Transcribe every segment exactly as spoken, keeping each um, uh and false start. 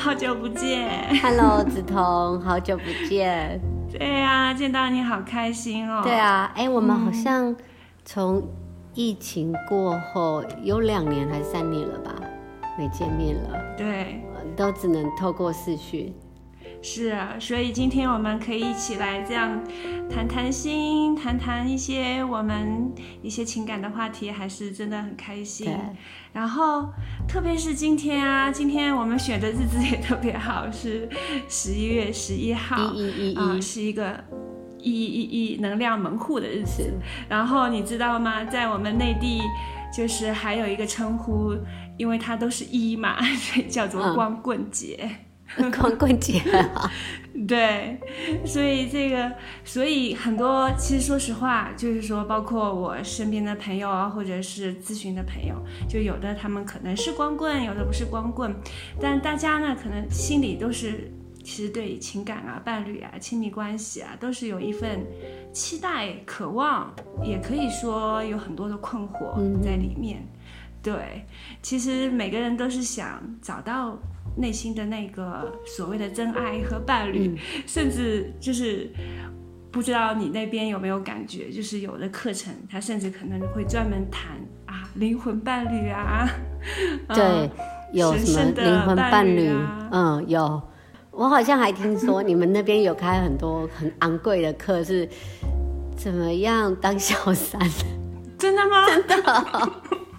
好久不见。 Hello， 梓彤，好久不见。 对啊，见到你好开心哦。 对啊，哎，我们好像从疫情过后、嗯、有两年还是三年了吧，没见面了。 对， 都只能透过视讯。 是啊，所以今天我们可以一起来这样谈谈心，谈谈一些我们一些情感的话题，还是真的很开心。 对。 然后，特别是今天啊，今天我们选的日子也特别好，是十一月十一号， 一一一啊，是一个一一一能量门户的日子。然后你知道吗？在我们内地，就是还有一个称呼，因为它都是一嘛，所以叫做光棍节。嗯光棍节啊， 对，所以这个，所以很多，其实说实话，就是说，包括我身边的朋友啊，或者是咨询的朋友，就有的他们可能是光棍，有的不是光棍，但大家呢，可能心里都是，其实对情感啊、伴侣啊、亲密关系啊，都是有一份期待、渴望，也可以说有很多的困惑在里面。嗯、对，其实每个人都是想找到内心的那个所谓的真爱和伴侣、嗯、甚至就是不知道你那边有没有感觉，就是有的课程它甚至可能会专门谈啊灵魂伴侣啊， 对、嗯、有什么灵魂伴侣、啊、嗯有，我好像还听说你们那边有开很多很昂贵的课，是怎么样当小三。 真的吗？ 真的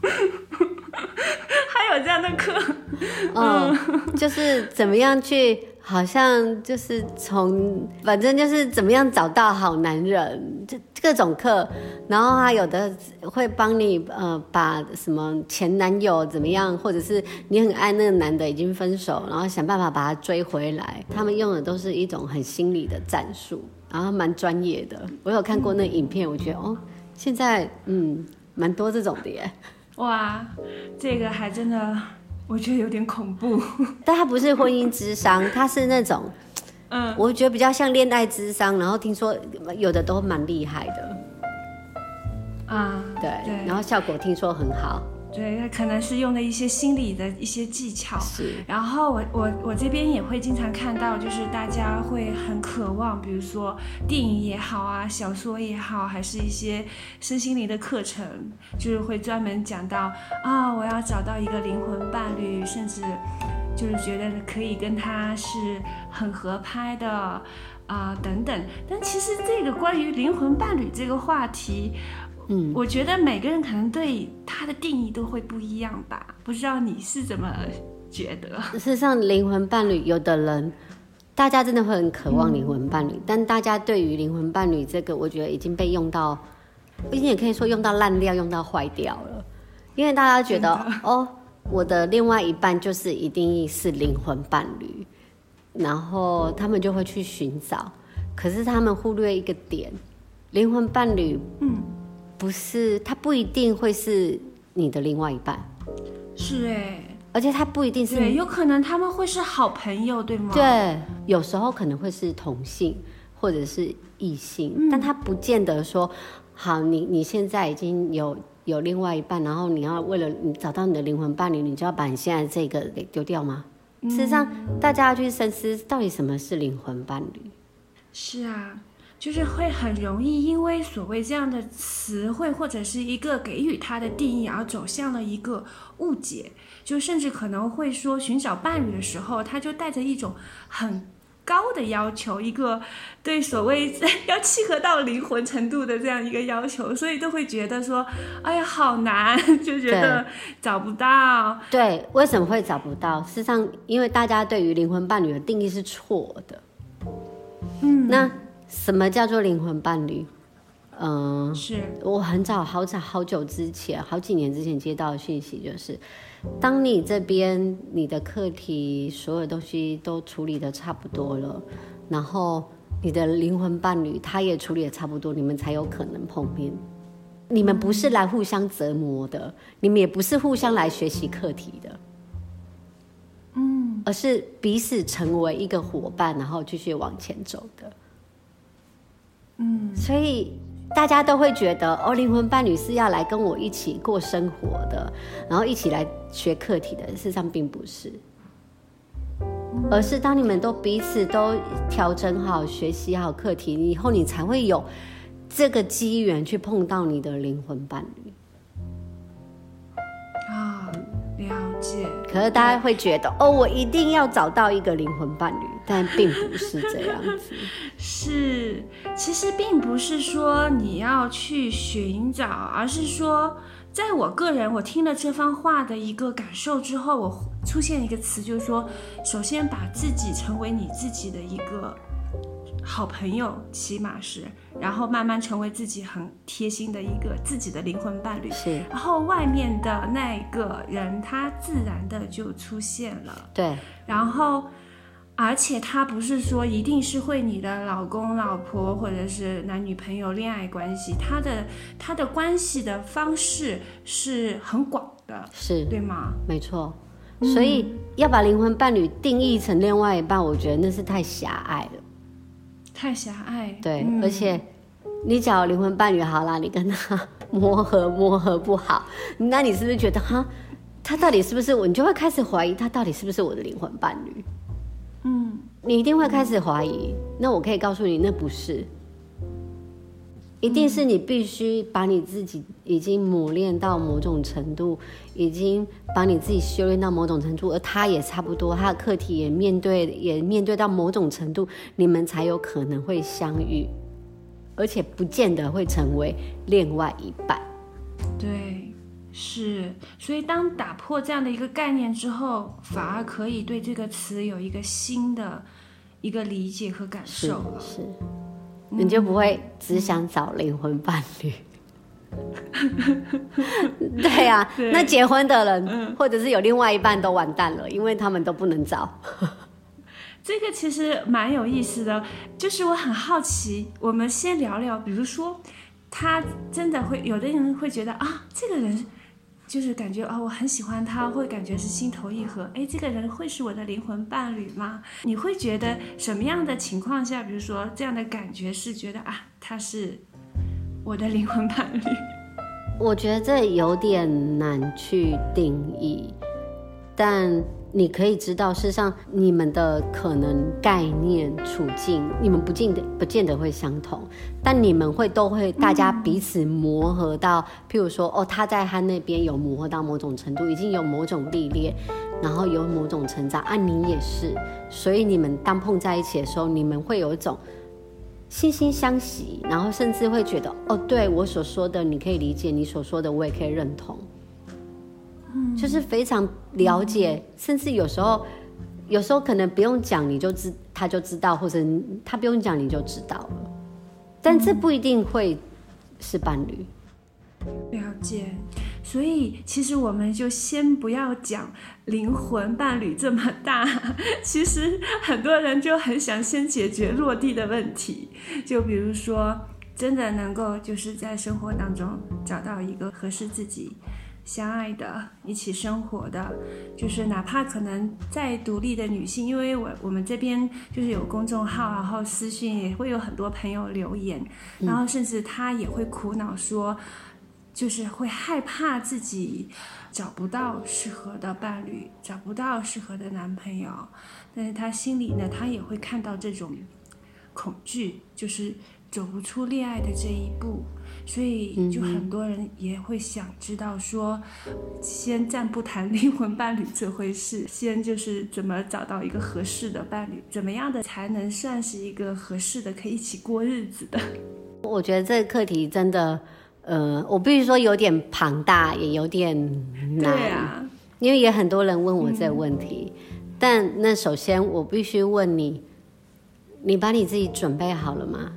还有这样的课？ 嗯，就是怎么样去，好像就是从，反正就是怎么样找到好男人，这各种课，然后还有的会帮你呃把什么前男友怎么样，或者是你很爱那个男的已经分手，然后想办法把他追回来。他们用的都是一种很心理的战术，然后蛮专业的。我有看过那影片，我觉得哦，现在嗯蛮多这种的耶。 哇，这个还真的，我觉得有点恐怖。 但它不是婚姻諮商，它是那种，嗯，我觉得比较像恋爱諮商，然後聽說有的都蠻厲害的， 啊， 對，對，然後效果聽說很好。 对，它可能是用的一些心理的一些技巧， 是。 然后我我我这边也会经常看到，就是大家会很渴望，比如说电影也好啊，小说也好，还是一些身心灵的课程，就是会专门讲到啊，我要找到一个灵魂伴侣，甚至就是觉得可以跟他是很合拍的啊、呃、等等。但其实这个关于灵魂伴侣这个话题。嗯，我觉得每个人可能对他的定义都会不一样吧，不知道你是怎么觉得？ 事实上，灵魂伴侣，有的人，大家真的会很渴望灵魂伴侣，嗯、但大家对于灵魂伴侣这个，我觉得已经被用到，你也可以说用到烂掉，用到坏掉了，因为大家觉得哦，我的另外一半就是一定是灵魂伴侣，然后他们就会去寻找，可是他们忽略一个点，灵魂伴侣，嗯。不是，他不一定会是你的另外一半， 是哎、欸， 而且他不一定是， 对，有可能他们会是好朋友，对吗？ 对，有时候可能会是同性或者是异性，嗯、但他不见得说，好，你你现在已经有有另外一半，然后你要为了你找到你的灵魂伴侣，你就要把你现在这个给丢掉吗？嗯、事实上，大家要去深思，到底什么是灵魂伴侣？ 是啊。就是会很容易因为所谓这样的词汇或者是一个给予它的定义而走向了一个误解，就甚至可能会说寻找伴侣的时候，他就带着一种很高的要求，一个对所谓要契合到灵魂程度的这样一个要求，所以都会觉得说，哎呀好难，就觉得找不到。 对，为什么会找不到？事实上，因为大家对于灵魂伴侣的定义是错的。嗯，那。什么叫做灵魂伴侣？嗯、呃， 是我很早好早好久之前，好几年之前接到的讯息，就是当你这边你的课题所有东西都处理的差不多了，然后你的灵魂伴侣他也处理的差不多，你们才有可能碰面。你们不是来互相折磨的，你们也不是互相来学习课题的，嗯，而是彼此成为一个伙伴，然后继续往前走的。嗯，所以大家都会觉得哦，灵魂伴侣是要来跟我一起过生活的，然后一起来学课题的，事实上并不是。 而是当你们都彼此都调整好、学习好课题以后，你才会有这个机缘去碰到你的灵魂伴侣。 啊，了解。 可是大家会觉得，哦，我一定要找到一个灵魂伴侣，但并不是这样子。 是，其实并不是说你要去寻找，而是说，在我个人我听了这番话的一个感受之后，我出现一个词，就是说，首先把自己成为你自己的一个好朋友，起码是，然后慢慢成为自己很贴心的一个自己的灵魂伴侣， 是， 然后外面的那个人他自然的就出现了， 对， 然后而且他不是说一定是会你的老公老婆或者是男女朋友恋爱关系，他的他的关系的方式是很广的， 是， 对吗？ 没错。所以要把灵魂伴侣定义成另外一半，我觉得那是太狭隘了， 太狭隘。 对， 嗯、 而且你找灵魂伴侣好啦，你跟他磨合磨合不好，那你是不是觉得哈，他到底是不是我？你就会开始怀疑他到底是不是我的灵魂伴侣。 嗯， 你一定会开始怀疑。那我可以告诉你，那不是，一定是你必须把你自己已经磨练到某种程度，已经把你自己修炼到某种程度，而他也差不多，他的课题也面对也面对到某种程度，你们才有可能会相遇，而且不见得会成为另外一半。 对，是，所以当打破这样的一个概念之后，反而可以对这个词有一个新的一个理解和感受了。 是，是你就不会只想找灵魂伴侣。对啊，对，那结婚的人、嗯、或者是有另外一半都完蛋了，因为他们都不能找。 这个其实蛮有意思的，就是我很好奇，我们先聊聊，比如说他真的会有的人会觉得啊，这个人就是感觉啊、哦，我很喜欢他，会感觉是心头一合，哎，这个人会是我的灵魂伴侣吗？你会觉得什么样的情况下，比如说这样的感觉是觉得啊，他是我的灵魂伴侣？ 我觉得这有点难去定义，但你可以知道，事实上你们的可能概念、处境，你们不见得不见得会相同，但你们会都会大家彼此磨合到，嗯、譬如说，哦，他在他那边有磨合到某种程度，已经有某种历练，然后有某种成长，啊，你也是，所以你们当碰在一起的时候，你们会有一种惺惺相惜，然后甚至会觉得，哦，对我所说的你可以理解，你所说的我也可以认同。就是非常了解，嗯、甚至有时候，有时候可能不用讲你就知，他就知道，或者他不用讲你就知道了。但这不一定会是伴侣。 了解，所以其实我们就先不要讲灵魂伴侣这么大，其实很多人就很想先解决落地的问题，就比如说真的能够就是在生活当中找到一个合适自己相爱的一起生活的，就是哪怕可能再独立的女性，因为我我们这边就是有公众号，然后私讯也会有很多朋友留言，然后甚至他也会苦恼说，就是会害怕自己找不到适合的伴侣，找不到适合的男朋友，但是他心里呢，他也会看到这种恐惧，就是走不出恋爱的这一步，所以就很多人也会想知道说，先暂不谈灵魂伴侣这回事，先就是怎么找到一个合适的伴侣，怎么样的才能算是一个合适的可以一起过日子的。 我觉得这个课题真的呃，我必须说有点庞大，也有点难。对啊，因为也很多人问我这个问题，嗯、但那首先我必须问你，你把你自己准备好了吗？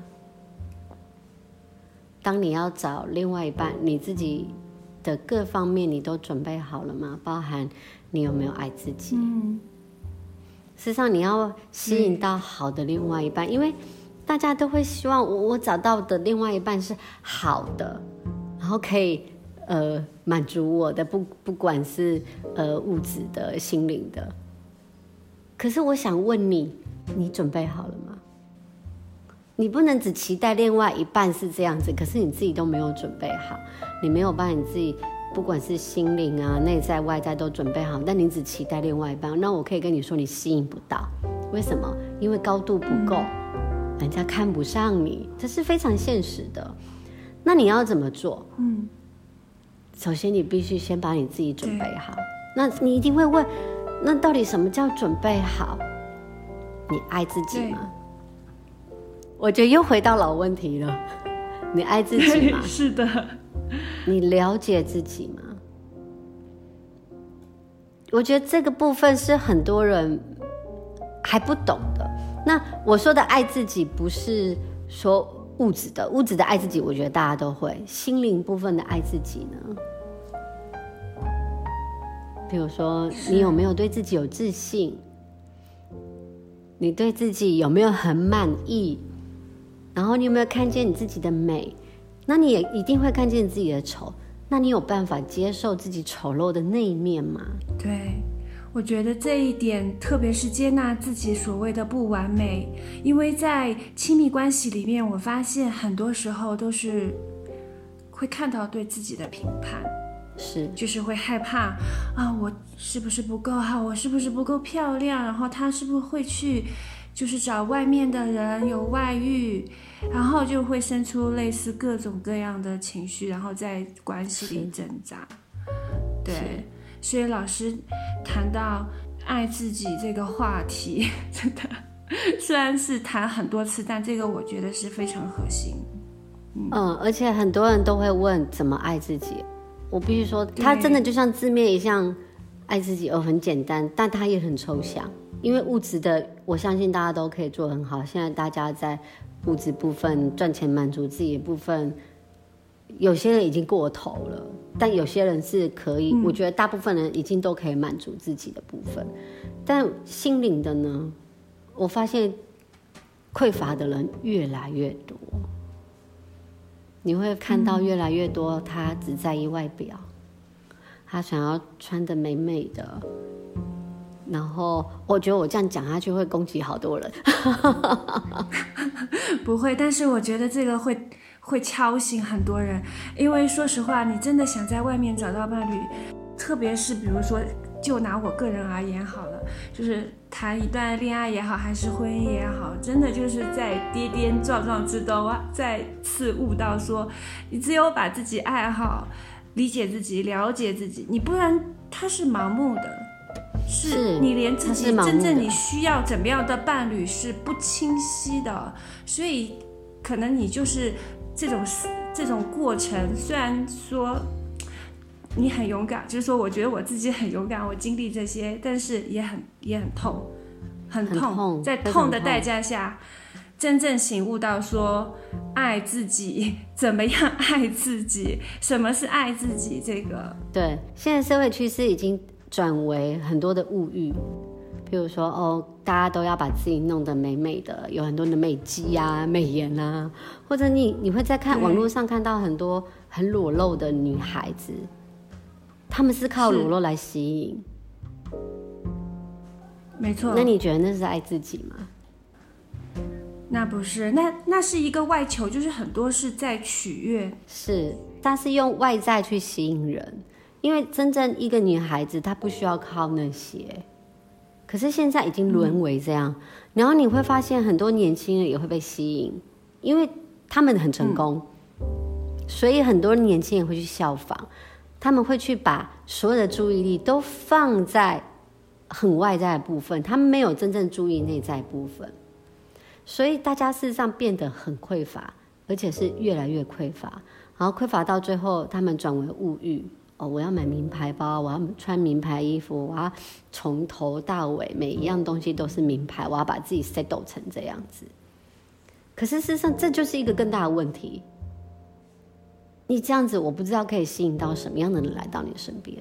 当你要找另外一半，你自己的各方面你都准备好了吗？包含你有没有爱自己？嗯，事实上你要吸引到好的另外一半，因为大家都会希望我我找到的另外一半是好的，然后可以呃满足我的，不不管是呃物质的、心灵的。可是我想问你，你准备好了吗？你不能只期待另外一半是这样子，可是你自己都没有准备好，你没有把你自己不管是心灵啊、内在外在都准备好，但你只期待另外一半，那我可以跟你说你吸引不到。为什么？因为高度不够，嗯、人家看不上你，这是非常现实的。那你要怎么做？嗯，首先你必须先把你自己准备好。那你一定会问，那到底什么叫准备好？你爱自己吗？我觉得又回到老问题了，你爱自己吗？ 是的。 你了解自己吗？我觉得这个部分是很多人还不懂的。那我说的爱自己不是说物质的，物质的爱自己我觉得大家都会，心灵部分的爱自己呢？比如说你有没有对自己有自信？你对自己有没有很满意？然后你有没有看见你自己的美？那你也一定会看见自己的丑，那你有办法接受自己丑陋的那一面吗？ 对，我觉得这一点，特别是接纳自己所谓的不完美，因为在亲密关系里面，我发现很多时候都是会看到对自己的评判， 是， 就是会害怕啊，我是不是不够好，我是不是不够漂亮，然后他是不是会去就是找外面的人有外遇，然后就会生出类似各种各样的情绪，然后在关系里挣扎。对，所以老师谈到爱自己这个话题，真的虽然是谈很多次，但这个我觉得是非常核心。 嗯, 嗯而且很多人都会问怎么爱自己，我必须说它真的就像字面一样，爱自己哦，很简单，但它也很抽象。因为物质的我相信大家都可以做很好，现在大家在物质部分赚钱满足自己的部分，有些人已经过头了，但有些人是可以、嗯、我觉得大部分人已经都可以满足自己的部分。但心灵的呢，我发现匮乏的人越来越多，你会看到越来越多他只在意外表，他想要穿得美美的，然后我觉得我这样讲下去会攻击好多人不会，但是我觉得这个会会敲醒很多人，因为说实话，你真的想在外面找到伴侣，特别是比如说就拿我个人而言好了，就是谈一段恋爱也好，还是婚姻也好，真的就是在跌跌撞撞之中啊，再次悟到说，你只有把自己爱好，理解自己，了解自己，你不然它是盲目的，是你连自己真正你需要怎么样的伴侣是不清晰的，所以可能你就是这种这种过程，虽然说你很勇敢，就是说我觉得我自己很勇敢，我经历这些，但是也很也很痛，很痛， 很痛， 在痛的代价下真正醒悟到说爱自己，怎么样爱自己，什么是爱自己。这个对，现在社会趋势已经转为很多的物欲，譬如说哦，大家都要把自己弄得美美的，有很多的美肌啊、美颜啊，或者你你会在看网络上看到很多很裸露的女孩子，她们是靠裸露来吸引， 没错。 那你觉得那是爱自己吗？ 那不是，那那是一个外求，就是很多是在取悦， 是，她是用外在去吸引人，因为真正一个女孩子她不需要靠那些，可是现在已经沦为这样、嗯、然后你会发现很多年轻人也会被吸引，因为他们很成功、嗯、所以很多年轻人会去效仿，他们会去把所有的注意力都放在很外在的部分，他们没有真正注意内在部分，所以大家事实上变得很匮乏，而且是越来越匮乏，然后匮乏到最后他们转为物欲，哦，我要买名牌包，我要穿名牌衣服，我要从头到尾每一样东西都是名牌，我要把自己 settle 成这样子。可是事实上这就是一个更大的问题，你这样子我不知道可以吸引到什么样的人来到你身边，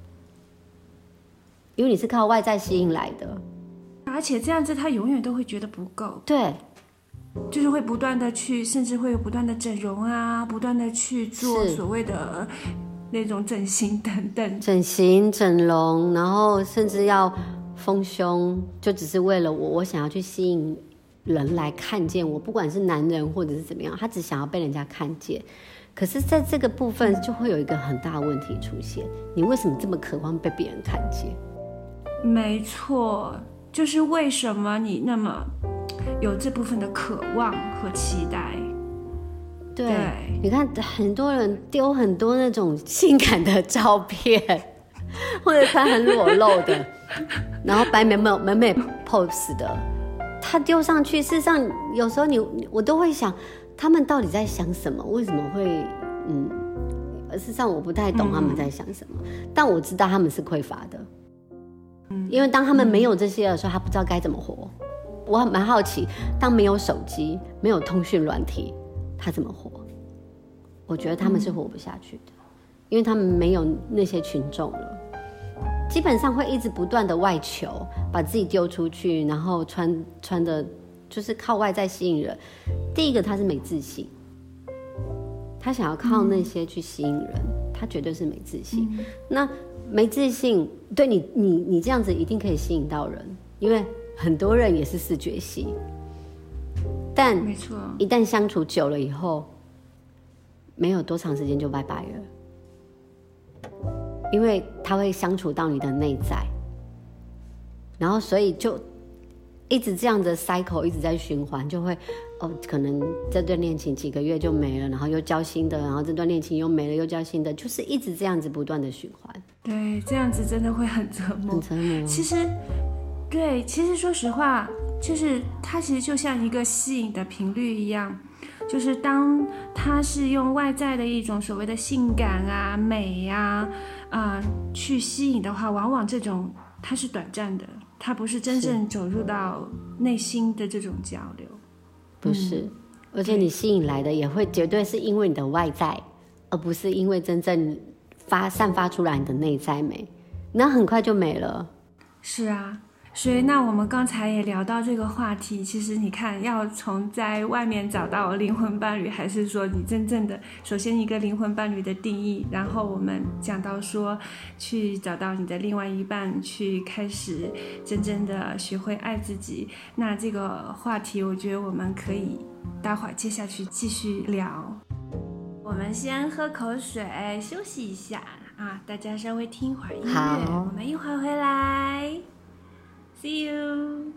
因为你是靠外在吸引来的， 而且这样子他永远都会觉得不够， 对， 就是会不断的去，甚至会有不断的整容啊，不断的去做所谓的那种整形等等， 整形整容，然后甚至要丰胸，就只是为了我我想要去吸引人来看见我，不管是男人或者是怎么样，他只想要被人家看见。 可是在这个部分就会有一个很大的问题出现，你为什么这么渴望被别人看见？ 没错，就是为什么你那么有这部分的渴望和期待。 对， 对， 你看很多人丢很多那种性感的照片，或者穿很裸露的，然后摆美美美美 pose 的，他丢上去，事实上有时候你我都会想，他们到底在想什么？为什么会嗯？事实上我不太懂他们在想什么，嗯、但我知道他们是匮乏的，嗯，因为当他们没有这些的时候，他不知道该怎么活。我很蛮好奇，当没有手机、没有通讯软体，他怎么活？我觉得他们是活不下去的，嗯、因为他们没有那些群众了。基本上会一直不断的外求，把自己丢出去，然后穿穿的，就是靠外在吸引人。第一个，他是没自信，他想要靠那些去吸引人，嗯、他绝对是没自信。嗯、那没自信，对你，你你这样子一定可以吸引到人，因为很多人也是视觉系，但没错， 一旦相处久了以后，没有多长时间就拜拜了。因为它会相处到你的内在，然后所以就一直这样的 cycle 一直在循环，就会哦，可能这段恋情几个月就没了，然后又交新的，然后这段恋情又没了，又交新的，就是一直这样子不断的循环。 对，这样子真的会很折磨。 很折磨。 其实，对，其实说实话，就是它其实就像一个吸引的频率一样。就是当他是用外在的一种所谓的性感啊、美呀、啊、呃、去吸引的话，往往这种它是短暂的，它不是真正走入到内心的这种交流。 不是，嗯、而且你吸引来的也会绝对是因为你的外在，而不是因为真正发散发出来你的内在美，那很快就没了。 是啊。所以那我们刚才也聊到这个话题，其实你看要从在外面找到灵魂伴侣，还是说你真正的首先一个灵魂伴侣的定义，然后我们讲到说去找到你的另外一半，去开始真正的学会爱自己，那这个话题我觉得我们可以待会儿接下去继续聊。我们先喝口水休息一下啊，大家稍微听一会儿音乐，我们一会儿回来。See you.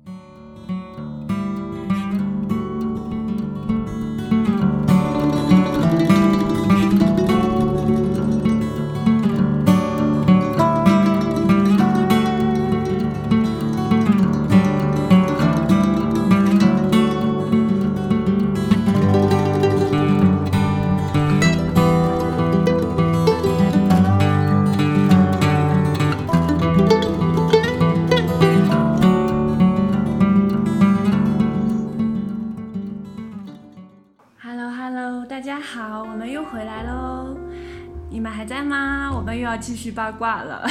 Hello， 大家好，我们又回来喽。你们还在吗？我们又要继续八卦了。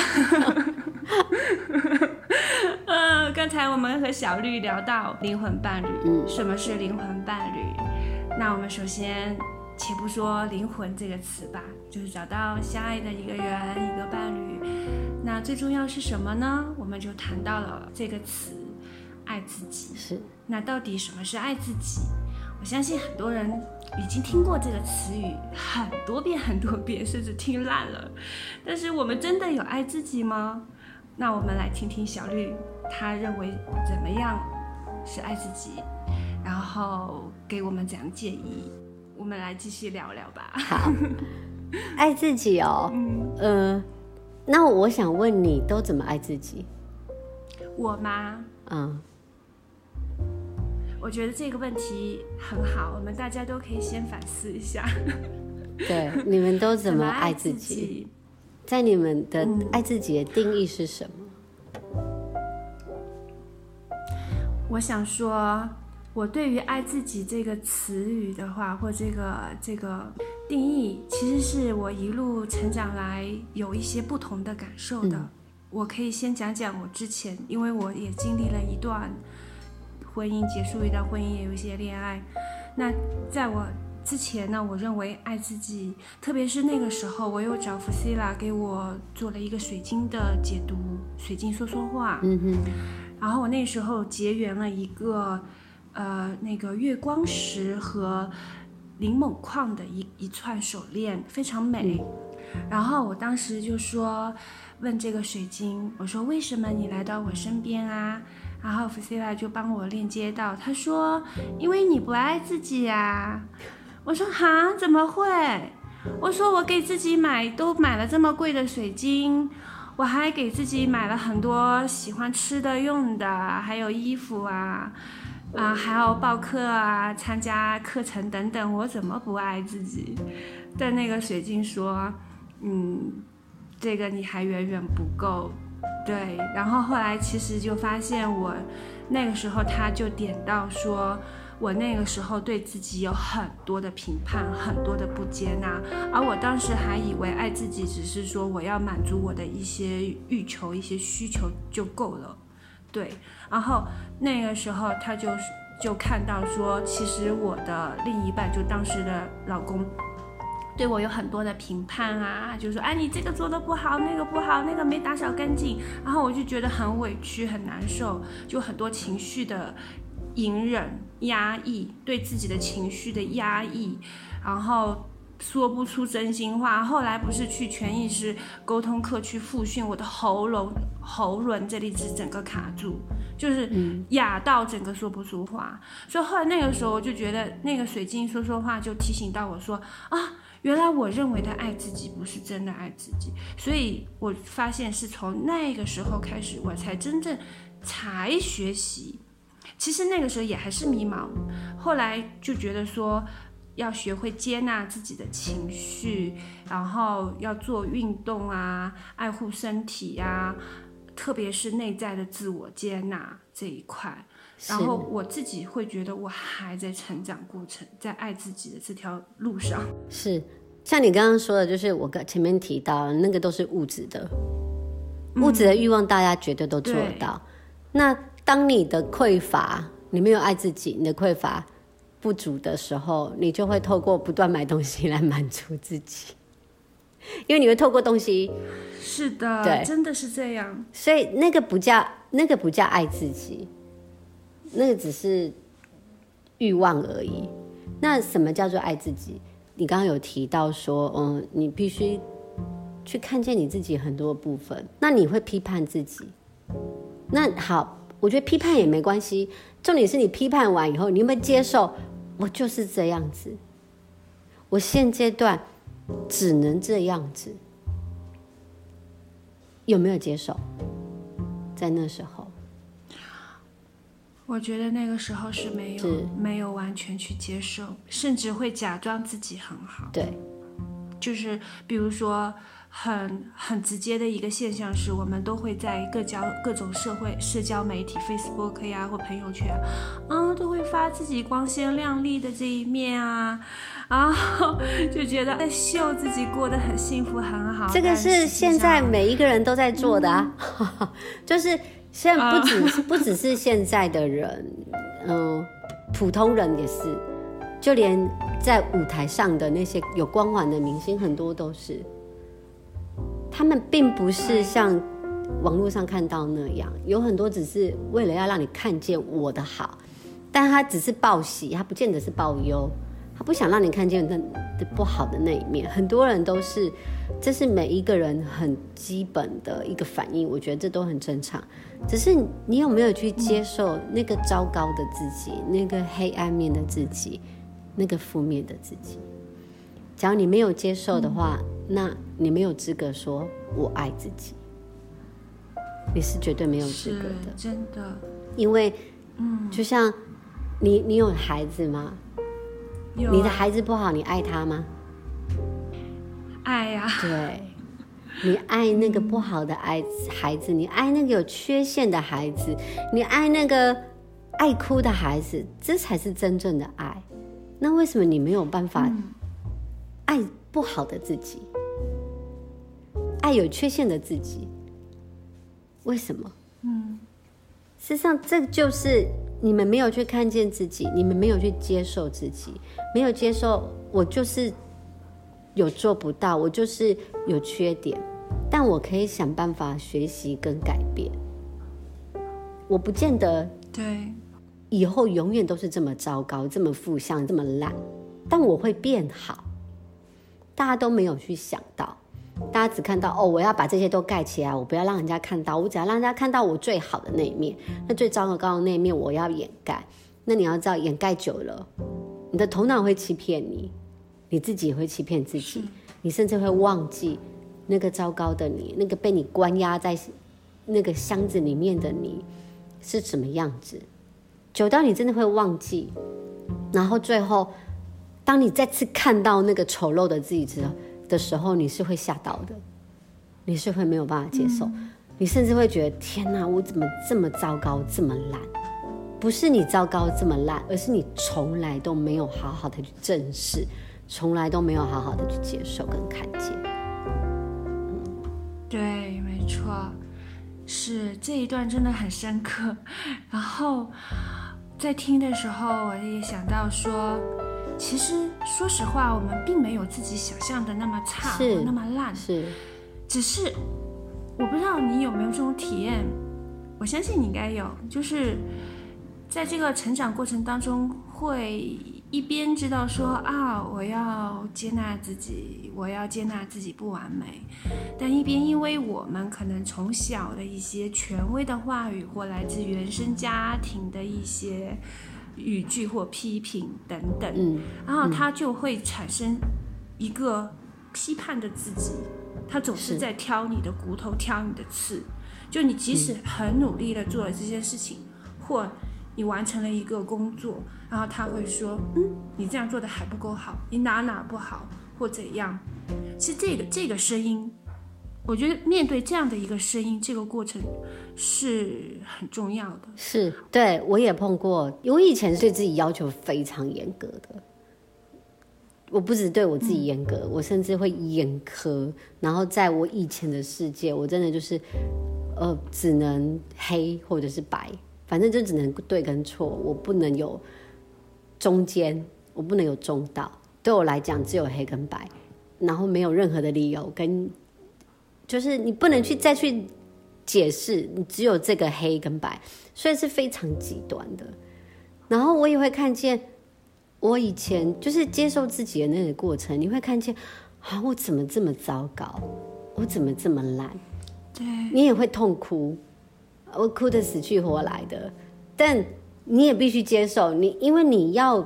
呃，刚才我们和小绿聊到灵魂伴侣，嗯，什么是灵魂伴侣？那我们首先且不说灵魂这个词吧，就是找到相爱的一个人，一个伴侣。那最重要是什么呢？我们就谈到了这个词，爱自己。 是。 那到底什么是爱自己？我相信很多人已经听过这个词语很多遍很多遍，甚至听烂了。但是我们真的有爱自己吗？那我们来听听小绿，她认为怎么样是爱自己，然后给我们怎样建议。我们来继续聊聊吧。 好，爱自己哦，嗯，呃，那我想问你，都怎么爱自己？ 我吗？嗯。我觉得这个问题很好，我们大家都可以先反思一下。 对，你们都怎么爱自己？自己在你们的爱自己的定义是什么？ 嗯、我想说，我对于爱自己这个词语的话，或这个这个定义，其实是我一路成长来有一些不同的感受的。嗯、我可以先讲讲我之前，因为我也经历了一段婚姻，结束一段婚姻，也有一些恋爱。那在我之前呢，我认为爱自己，特别是那个时候，我有找弗西拉给我做了一个水晶的解读，水晶说说话。嗯哼。然后我那时候结缘了一个，呃，那个月光石和灵锰矿的一一串手链，非常美。嗯、然后我当时就说，问这个水晶，我说为什么你来到我身边啊？然后 Priscilla 就帮我链接到，他说因为你不爱自己啊。我说哈，怎么会？我说我给自己买都买了这么贵的水晶。我还给自己买了很多喜欢吃的用的，还有衣服啊，啊，还有报课啊，参加课程等等，我怎么不爱自己？但那个水晶说，嗯，这个你还远远不够。对，然后后来其实就发现我那个时候他就点到说，我那个时候对自己有很多的评判，很多的不接纳，而我当时还以为爱自己只是说我要满足我的一些欲求、一些需求就够了。对，然后那个时候他就就看到说，其实我的另一半，就当时的老公，对我有很多的评判啊，就说哎你这个做的不好，那个不好，那个没打扫干净，然后我就觉得很委屈很难受，就很多情绪的隐忍压抑，对自己的情绪的压抑，然后说不出真心话。后来不是去全意识沟通课去复训，我的喉咙喉轮这里是整个卡住，就是哑到整个说不出话、嗯、所以后来那个时候我就觉得那个水晶说说话就提醒到我说啊，原来我认为的爱自己不是真的爱自己。所以我发现是从那个时候开始我才真正才学习，其实那个时候也还是迷茫，后来就觉得说要学会接纳自己的情绪，然后要做运动啊，爱护身体啊，特别是内在的自我接纳这一块。然后我自己会觉得我还在成长过程，在爱自己的这条路上。 是像你刚刚说的，就是我前面提到那个都是物质的，物质的欲望大家绝对都做得到、嗯、那当你的匮乏，你没有爱自己，你的匮乏不足的时候，你就会透过不断买东西来满足自己，因为你会透过东西。 是的， 对， 真的是这样。 所以那个不叫那个不叫爱自己，那个只是欲望而已。那什么叫做爱自己？你刚刚有提到说，嗯，你必须去看见你自己很多部分，那你会批判自己。那好。我觉得批判也没关系，重点是你批判完以后，你有没有接受我就是这样子，我现阶段只能这样子，有没有接受？在那时候， 我觉得那个时候是没有没有完全去接受，甚至会假装自己很好。 对，就是比如说。很很直接的一个现象是，我们都会在各交各种社会社交媒体 Facebook 呀或朋友圈啊，都会发自己光鲜亮丽的这一面啊，然后就觉得在秀自己过得很幸福很好。 这个是现在每一个人都在做的啊，嗯、就是现在不只、啊、不只是现在的人，嗯、呃，普通人也是，就连在舞台上的那些有光环的明星，很多都是。他们并不是像网络上看到那样，有很多只是为了要让你看见我的好，但他只是报喜，他不见得是报忧，他不想让你看见那不好的那一面。很多人都是，这是每一个人很基本的一个反应，我觉得这都很正常。只是你有没有去接受那个糟糕的自己，那个黑暗面的自己，那个负面的自己？假如你没有接受的话，那你没有资格说我爱自己，你是绝对没有资格的， 真的。 因为，嗯，就像你，你有孩子吗？有、啊。你的孩子不好，你爱他吗？ 爱呀、啊。 对，你爱那个不好的爱孩子，你爱那个有缺陷的孩子，你爱那个爱哭的孩子，这才是真正的爱。那为什么你没有办法爱不好的自己？爱有缺陷的自己，为什么？嗯，事实上，这就是你们没有去看见自己，你们没有去接受自己，没有接受我就是有做不到，我就是有缺点，但我可以想办法学习跟改变。我不见得对以后永远都是这么糟糕、这么负向、这么烂， 但我会变好。大家都没有去想到，大家只看到哦，我要把这些都盖起来，我不要让人家看到，我只要让人家看到我最好的那一面，那最糟糕的那一面我要掩盖。那你要知道，掩盖久了，你的头脑会欺骗你，你自己也会欺骗自己，你甚至会忘记那个糟糕的你，那个被你关押在那个箱子里面的你是什么样子。久到你真的会忘记，然后最后当你再次看到那个丑陋的自己的时候，你是会吓到的，你是会没有办法接受、嗯、你甚至会觉得天哪，我怎么这么糟糕这么烂。不是你糟糕这么烂，而是你从来都没有好好的去正视，从来都没有好好的去接受跟看见、 嗯、对，没错，是这一段真的很深刻。然后在听的时候我也想到说，其实说实话我们并没有自己想象的那么差或那么烂， 是只是我不知道你有没有这种体验，我相信你应该有，就是在这个成长过程当中会一边知道说啊，我要接纳自己，我要接纳自己不完美，但一边因为我们可能从小的一些权威的话语或来自原生家庭的一些语句或批评等等、嗯、然后他就会产生一个批判的自己，他总是在挑你的骨头，挑你的刺，就你即使很努力的做了这件事情、嗯、或你完成了一个工作，然后他会说嗯，你这样做的还不够好，你哪哪不好或怎样。其实这个这个声音，我觉得面对这样的一个声音，这个过程是很重要的。 是，对，我也碰过，我以前对自己要求非常严格的，我不只对我自己严格、嗯、我甚至会严苛，然后在我以前的世界，我真的就是呃，只能黑或者是白，反正就只能对跟错，我不能有中间，我不能有中道，对我来讲只有黑跟白，然后没有任何的理由跟，就是你不能去再去解释，你只有这个黑跟白，所以是非常极端的。然后我也会看见我以前就是接受自己的那个过程，你会看见啊，我怎么这么糟糕，我怎么这么烂， 对， 你也会痛哭，我哭得死去活来的，但你也必须接受，你因为你要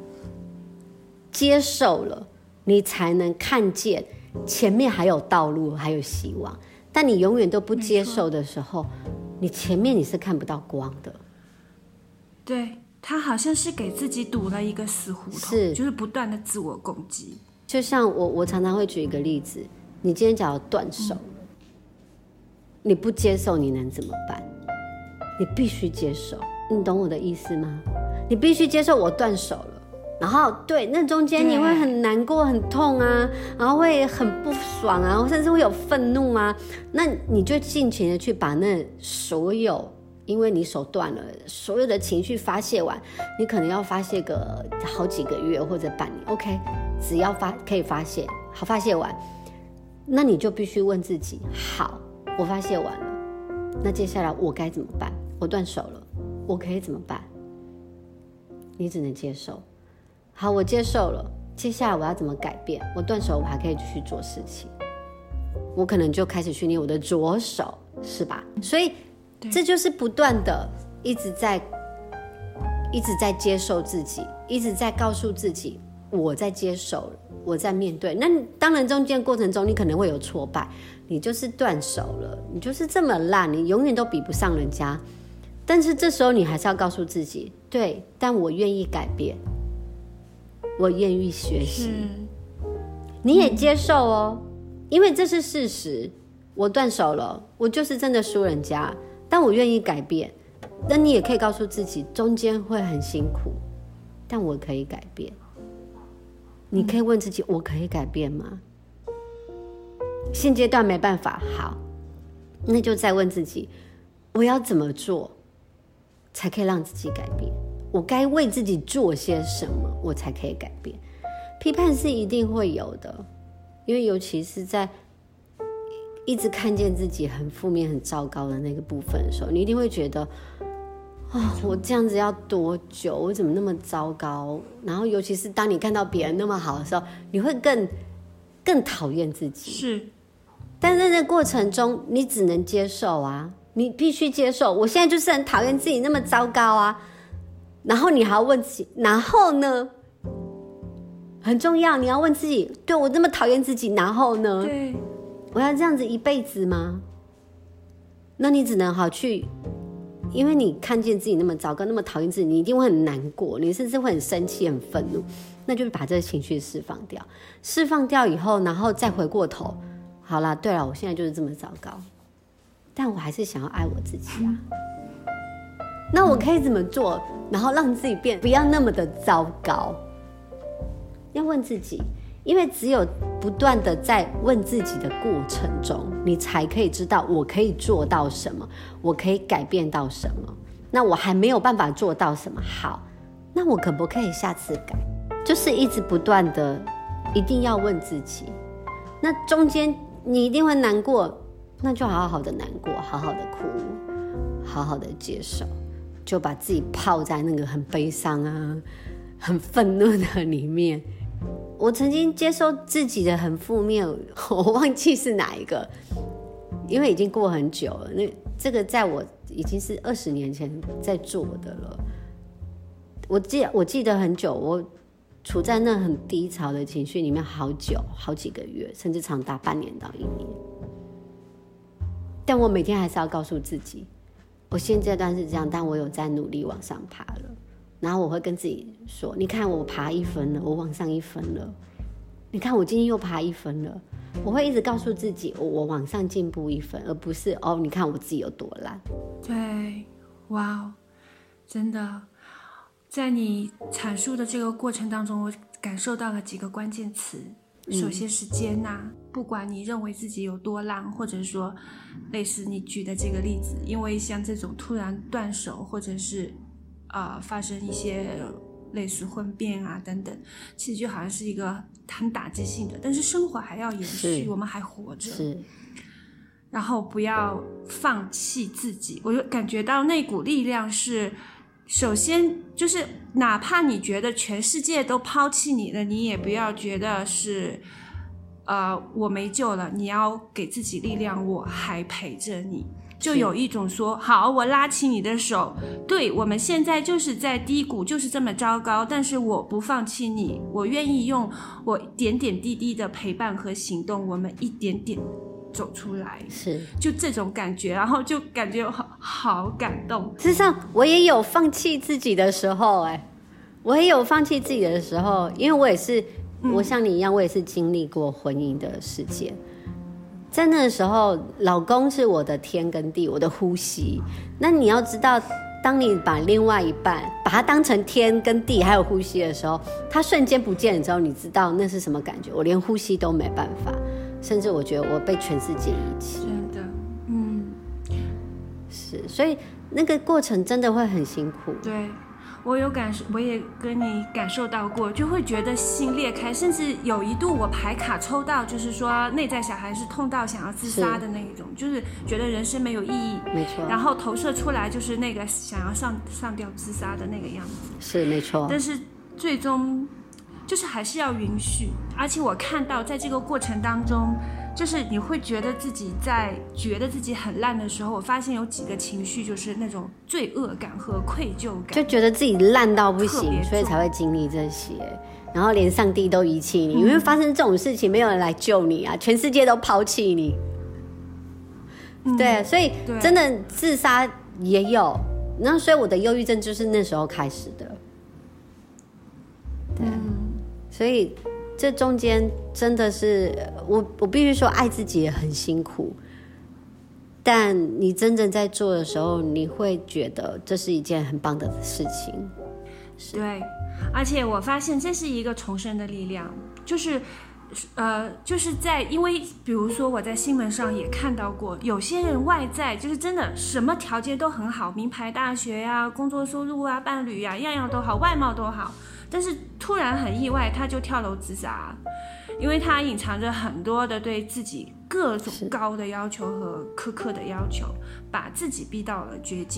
接受了，你才能看见前面还有道路，还有希望。但你永远都不接受的时候，你前面你是看不到光的。 对，他好像是给自己堵了一个死胡同，是就是不断的自我攻击。 就像我，我常常会举一个例子，你今天假如断手了、嗯，你不接受你能怎么办？你必须接受，你懂我的意思吗？你必须接受我断手了。然后对，那中间你会很难过很痛啊，然后会很不爽啊，甚至会有愤怒啊，那你就尽情的去把那所有因为你手断了所有的情绪发泄完，你可能要发泄个好几个月或者半年 OK， 只要发可以发泄好发泄完，那你就必须问自己，好，我发泄完了，那接下来我该怎么办？我断手了，我可以怎么办？你只能接受。好，我接受了，接下来我要怎么改变？我断手我还可以继续做事情，我可能就开始训练我的左手，是吧？所以这就是不断的一直在一直在接受自己，一直在告诉自己我在接受，我在面对。那当然中间过程中你可能会有挫败，你就是断手了，你就是这么烂，你永远都比不上人家，但是这时候你还是要告诉自己，对，但我愿意改变，我愿意学习，你也接受哦、嗯、因为这是事实，我断手了，我就是真的输人家，但我愿意改变。那你也可以告诉自己中间会很辛苦，但我可以改变。你可以问自己，我可以改变吗？现阶段没办法，好，那就再问自己，我要怎么做才可以让自己改变？我该为自己做些什么我才可以改变？批判是一定会有的，因为尤其是在一直看见自己很负面很糟糕的那个部分的时候，你一定会觉得哦，我这样子要多久？我怎么那么糟糕？然后尤其是当你看到别人那么好的时候，你会更更讨厌自己。 是， 但在这过程中，你只能接受啊，你必须接受。我现在就是很讨厌自己那么糟糕啊，然后你还要问自己，然后呢？很重要，你要问自己，对，我那么讨厌自己，然后呢？ 对， 我要这样子一辈子吗？那你只能好去。因为你看见自己那么糟糕，那么讨厌自己，你一定会很难过，你甚至会很生气、很愤怒，那就把这个情绪释放掉。释放掉以后，然后再回过头，好啦，对了，我现在就是这么糟糕，但我还是想要爱我自己啊。那我可以怎么做，然后让自己变不要那么的糟糕？要问自己。因为只有不断的在问自己的过程中，你才可以知道我可以做到什么，我可以改变到什么。那我还没有办法做到什么，好，那我可不可以下次改？就是一直不断的，一定要问自己。那中间你一定会难过，那就好好的难过，好好的哭，好好的接受，就把自己泡在那个很悲伤啊、很愤怒的里面。我曾经接受自己的很负面，我忘记是哪一个，因为已经过很久了。那这个在我已经是二十年前在做的了。我记我记得很久，我处在那很低潮的情绪里面好久，好几个月，甚至长达半年到一年。但我每天还是要告诉自己，我现阶段是这样，但我有在努力往上爬了。然后我会跟自己说，你看我爬一分了，我往上一分了，你看我今天又爬一分了。我会一直告诉自己，我往上进步一分，而不是哦，你看我自己有多烂。 对，哇，真的，在你阐述的这个过程当中，我感受到了几个关键词。首先是接纳，嗯、不管你认为自己有多烂，或者说类似你举的这个例子，因为像这种突然断手，或者是呃，发生一些类似婚变啊等等，其实就好像是一个很打击性的，但是生活还要延续，我们还活着， 是， 然后不要放弃自己。我就感觉到那股力量是，首先就是哪怕你觉得全世界都抛弃你了，你也不要觉得是呃我没救了，你要给自己力量，我还陪着你。就有一种说，好，我拉起你的手，对，我们现在就是在低谷，就是这么糟糕，但是我不放弃你，我愿意用我点点滴滴的陪伴和行动，我们一点点走出来， 是， 就这种感觉，然后就感觉好好感动。 事实上，我也有放弃自己的时候，哎，我也有放弃自己的时候，因为我也是，嗯、我像你一样，我也是经历过婚姻的世界。在那个时候，老公是我的天跟地，我的呼吸。那你要知道，当你把另外一半把它当成天跟地还有呼吸的时候，他瞬间不见了之后，你知道那是什么感觉？我连呼吸都没办法，甚至我觉得我被全世界遗弃。 真的，嗯， 是，所以那个过程真的会很辛苦。 对。我有感受，我也跟你感受到过，就会觉得心裂开，甚至有一度我牌卡抽到，就是说内在小孩是痛到想要自杀的那一种，就是觉得人生没有意义， 没错。 然后投射出来就是那个想要上上吊自杀的那个样子， 是没错。 但是最终就是还是要允许，而且我看到在这个过程当中，就是你会觉得自己在觉得自己很烂的时候，我发现有几个情绪，就是那种罪恶感和愧疚感， 就觉得自己烂到不行，所以才会经历这些，然后连上帝都遗弃你，因为发生这种事情没有人来救你啊，全世界都抛弃你。嗯、对，所以真的自杀也有，然后所以我的忧郁症就是那时候开始的。对，嗯、所以这中间真的是我，我必须说，爱自己也很辛苦。但你真正在做的时候，你会觉得这是一件很棒的事情。 对，而且我发现这是一个重生的力量，就是呃，就是在因为比如说我在新闻上也看到过，有些人外在就是真的什么条件都很好，名牌大学呀、工作收入啊、伴侣呀，样样都好，外貌都好，但是突然很意外，他就跳楼自杀，因为他隐藏着很多的对自己各种高的要求和苛刻的要求，把自己逼到了绝境。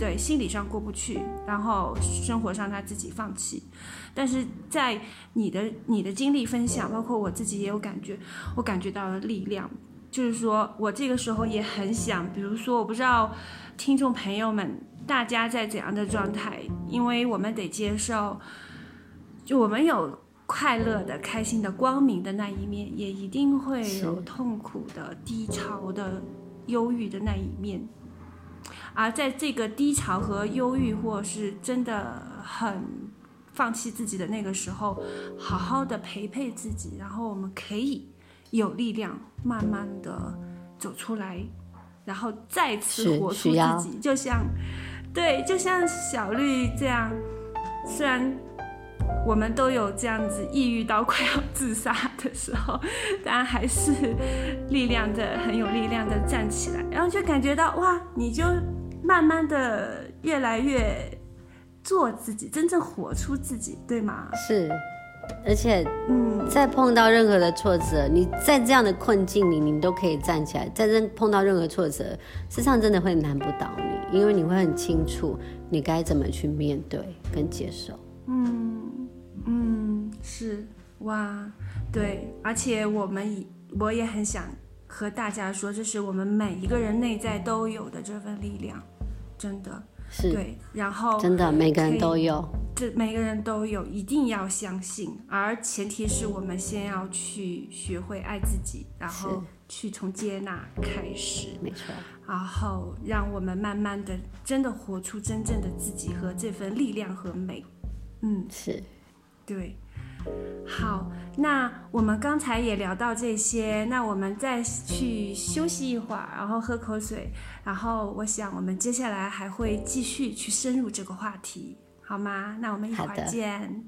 对，心理上过不去，然后生活上他自己放弃。但是在你的你的经历分享，包括我自己也有感觉，我感觉到了力量。就是说我这个时候也很想，比如说我不知道听众朋友们大家在怎样的状态，因为我们得接受，就我们有快乐的、开心的、光明的那一面，也一定会有痛苦的、低潮的、忧郁的那一面。而在这个低潮和忧郁，或是真的很放弃自己的那个时候，好好的陪陪自己，然后我们可以有力量慢慢的走出来，然后再次活出自己。就像对就像小绿这样，虽然我们都有这样子抑郁到快要自杀的时候，但还是力量的很有力量的站起来，然后就感觉到哇，你就慢慢的越来越做自己，真正活出自己，对吗？ 是，而且嗯，在碰到任何的挫折，你在这样的困境里你都可以站起来，在碰到任何挫折，事实上真的会难不倒你，因为你会很清楚你该怎么去面对跟接受。 嗯嗯，是，哇，对，而且我们我也很想和大家说，这是我们每一个人内在都有的这份力量，真的是， 对，然后真的每个人都有， 这每个人都有，一定要相信，而前提是我们先要去学会爱自己，然后去从接纳开始， 没错， 然后让我们慢慢的真的活出真正的自己和这份力量和美。嗯， 是， 对。好，那我们刚才也聊到这些，那我们再去休息一会儿，然后喝口水，然后我想我们接下来还会继续去深入这个话题，好吗？那我们一会儿见。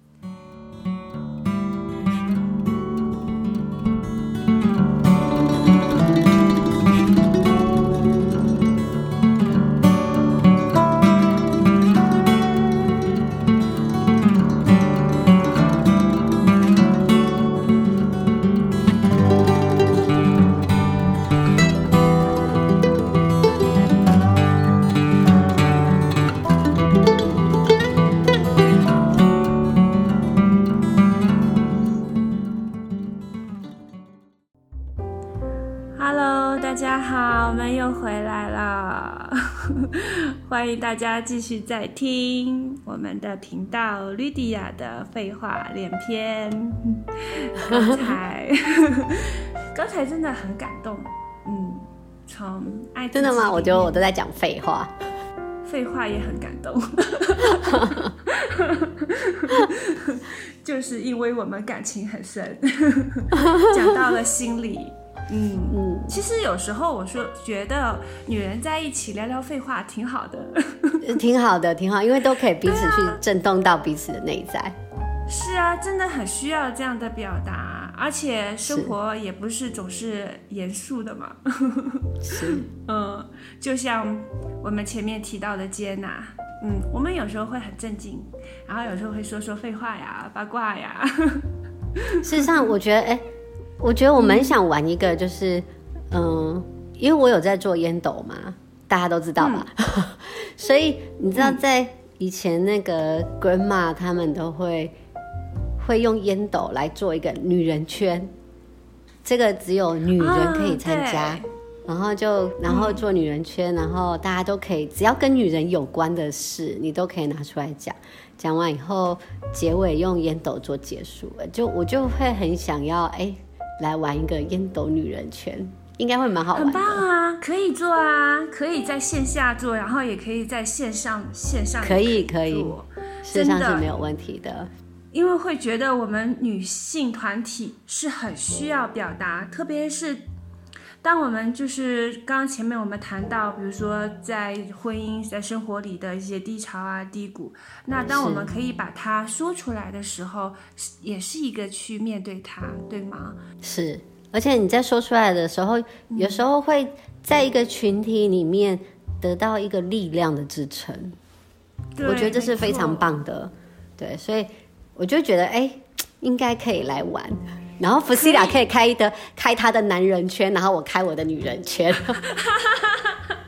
大家好，我们又回来了欢迎大家继续在听我们的频道绿迪亚的废话连篇刚才刚才真的很感动，嗯，从爱自己， 真的吗？我觉得我都在讲废话， 废话也很感动就是因为我们感情很深讲到了心里。嗯嗯，其实有时候我说觉得女人在一起聊聊废话挺好的挺好的挺好，因为都可以彼此去震动到彼此的内在。 是啊，真的很需要这样的表达，而且生活也不是总是严肃的嘛是嗯，就像我们前面提到的接纳，嗯，我们有时候会很正经，然后有时候会说说废话呀八卦呀事实上我觉得哎、欸我觉得我蛮想玩一个，就是嗯、呃，因为我有在做烟斗嘛，大家都知道吧、嗯、所以你知道在以前那个 grandma 他们都会会用烟斗来做一个女人圈，这个只有女人可以参加、嗯、然后就然后做女人圈、嗯、然后大家都可以，只要跟女人有关的事你都可以拿出来讲，讲完以后结尾用烟斗做结束，就我就会很想要哎来玩一个烟斗女人圈，应该会蛮好玩的。 很棒啊，可以做啊，可以在线下做，然后也可以在线上线上可以可以，事实上是没有问题的。 因为会觉得我们女性团体是很需要表达，特别是当我们就是刚刚前面我们谈到，比如说在婚姻在生活里的一些低潮啊低谷，那当我们可以把它说出来的时候，也是一个去面对它，对吗？ 是，而且你在说出来的时候、嗯、有时候会在一个群体里面得到一个力量的支撑，我觉得这是非常棒的。对，所以我就觉得哎，应该可以来玩，然后弗西拉可以开的开他的男人圈，然后我开我的女人圈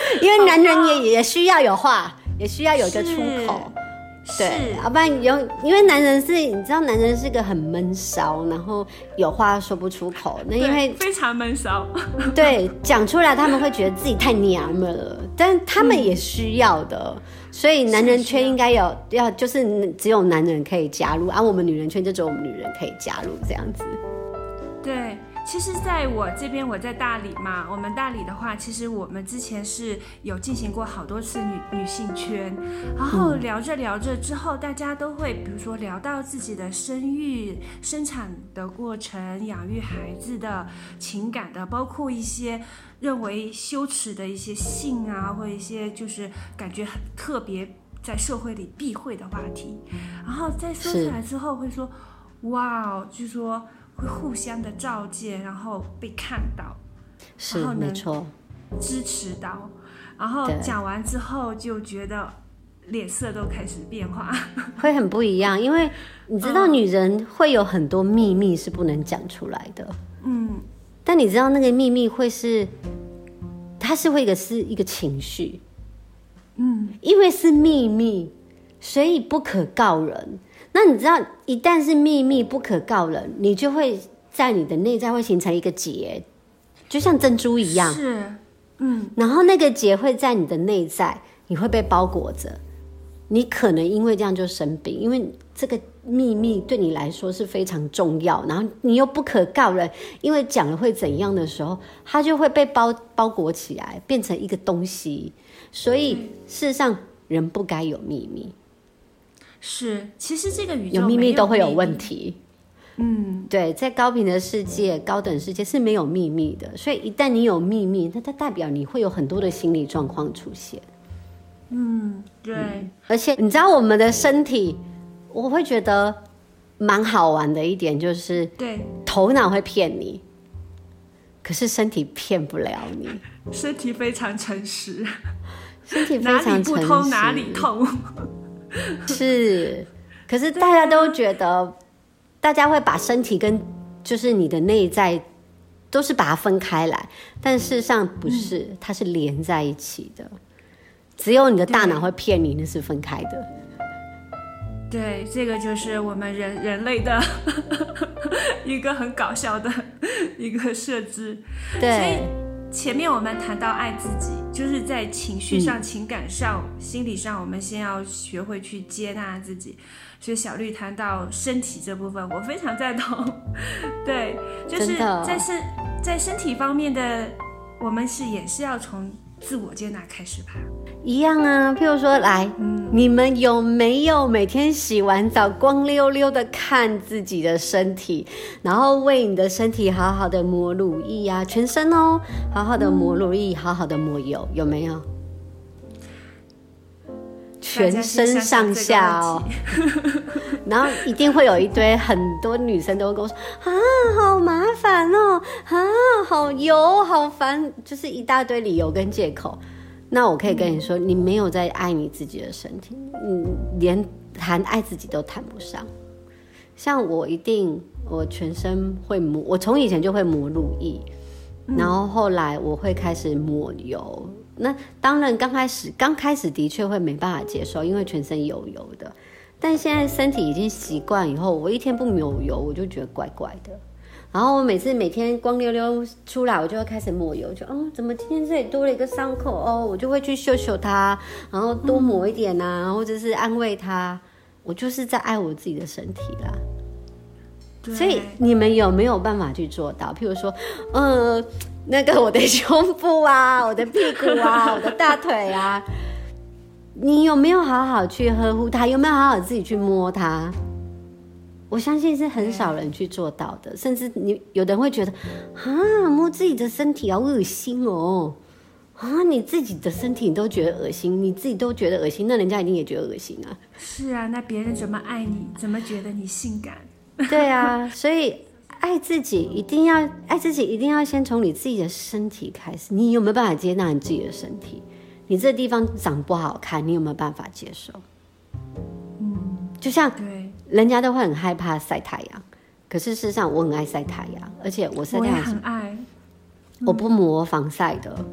因为男人也也需要有话，也需要有一个出口。对，要不然有，因为男人是，你知道，男人是个很闷骚，然后有话说不出口，那因为非常闷骚， 对，讲出来他们会觉得自己太娘们了，但他们也需要的，嗯、所以男人圈应该有要，就是只有男人可以加入，而、啊、我们女人圈就只有我们女人可以加入这样子。 对。其实在我这边，我在大理嘛，我们大理的话，其实我们之前是有进行过好多次女女性圈，然后聊着聊着之后，大家都会比如说聊到自己的生育、生产的过程、养育孩子的情感的，包括一些认为羞耻的一些性啊，或者一些就是感觉很特别在社会里避讳的话题，然后再说出来之后会说，哇，就说。会互相的照见，然后被看到， 是然后没错， 支持到，然后讲完之后就觉得脸色都开始变化， 会很不一样，因为你知道女人会有很多秘密是不能讲出来的，嗯，但你知道那个秘密会是，它是会一个是一个情绪，嗯，因为是秘密，所以不可告人。那你知道，一旦是秘密不可告人，你就会在你的内在会形成一个结，就像珍珠一样。 是，嗯。 然后那个结会在你的内在，你会被包裹着。你可能因为这样就生病，因为这个秘密对你来说是非常重要，然后你又不可告人，因为讲了会怎样的时候，它就会被包包裹起来，变成一个东西。所以事实上，人不该有秘密。 是，其实这个宇宙有秘密都会有问题。 嗯， 对，在高频的世界、高等世界是没有秘密的，所以一旦你有秘密，那它代表你会有很多的心理状况出现。 嗯，对、嗯。 而且你知道我们的身体，我会觉得蛮好玩的一点就是， 对， 头脑会骗你，可是身体骗不了你。 身体非常诚实， 身体非常诚实， 哪里不通哪里痛。 是，可是大家都觉得，啊、大家会把身体跟就是你的内在都是把它分开来，但事实上不是，嗯、它是连在一起的。只有你的大脑会骗你，那是分开的。 对，这个就是我们人人类的一个很搞笑的一个设置。 对。 所以前面我们谈到爱自己，就是在情绪上、嗯、情感上、心理上，我们先要学会去接纳自己。所以小绿谈到身体这部分，我非常赞同。对，就是在身在身体方面的，我们是也是要从自我接纳开始吧。 一样啊，譬如说，来，嗯、你们有没有每天洗完澡光溜溜的看自己的身体，然后为你的身体好好的抹乳液啊，全身哦，好好的抹乳液，嗯、好好的抹油，有没有？全身上下哦，然后一定会有一堆很多女生都会跟我说啊，好麻烦哦，啊，好油，好烦，就是一大堆理由跟借口。那我可以跟你说，嗯、你没有在爱你自己的身体，你连谈爱自己都谈不上。像我一定，我全身会抹，我从以前就会抹乳液，嗯、然后后来我会开始抹油。那当然刚开始刚开始的确会没办法接受，因为全身油油的，但现在身体已经习惯以后，我一天不抹油我就觉得怪怪的。然后我每次每天光溜溜出来，我就会开始抹油，就哦，怎么今天这里多了一个伤口哦，我就会去秀秀它，然后多抹一点啊，嗯、或者是安慰它。我就是在爱我自己的身体啦。所以你们有没有办法去做到？譬如说，呃，那个我的胸部啊，我的屁股啊，我的大腿啊，你有没有好好去呵护它？有没有好好自己去摸它？我相信是很少人去做到的，甚至你有的人会觉得，啊，摸自己的身体好恶心哦，啊，你自己的身体你都觉得恶心，你自己都觉得恶心，那人家一定也觉得恶心啊。 是啊，那别人怎么爱你？怎么觉得你性感？ 对啊，所以爱自己一定要爱自己，一定要先从你自己的身体开始。你有没有办法接纳你自己的身体？你这地方长不好看，你有没有办法接受？嗯，就像对。人家都会很害怕晒太阳，可是事实上我很爱晒太阳，而且我晒太阳我也很爱， 我不抹防晒的，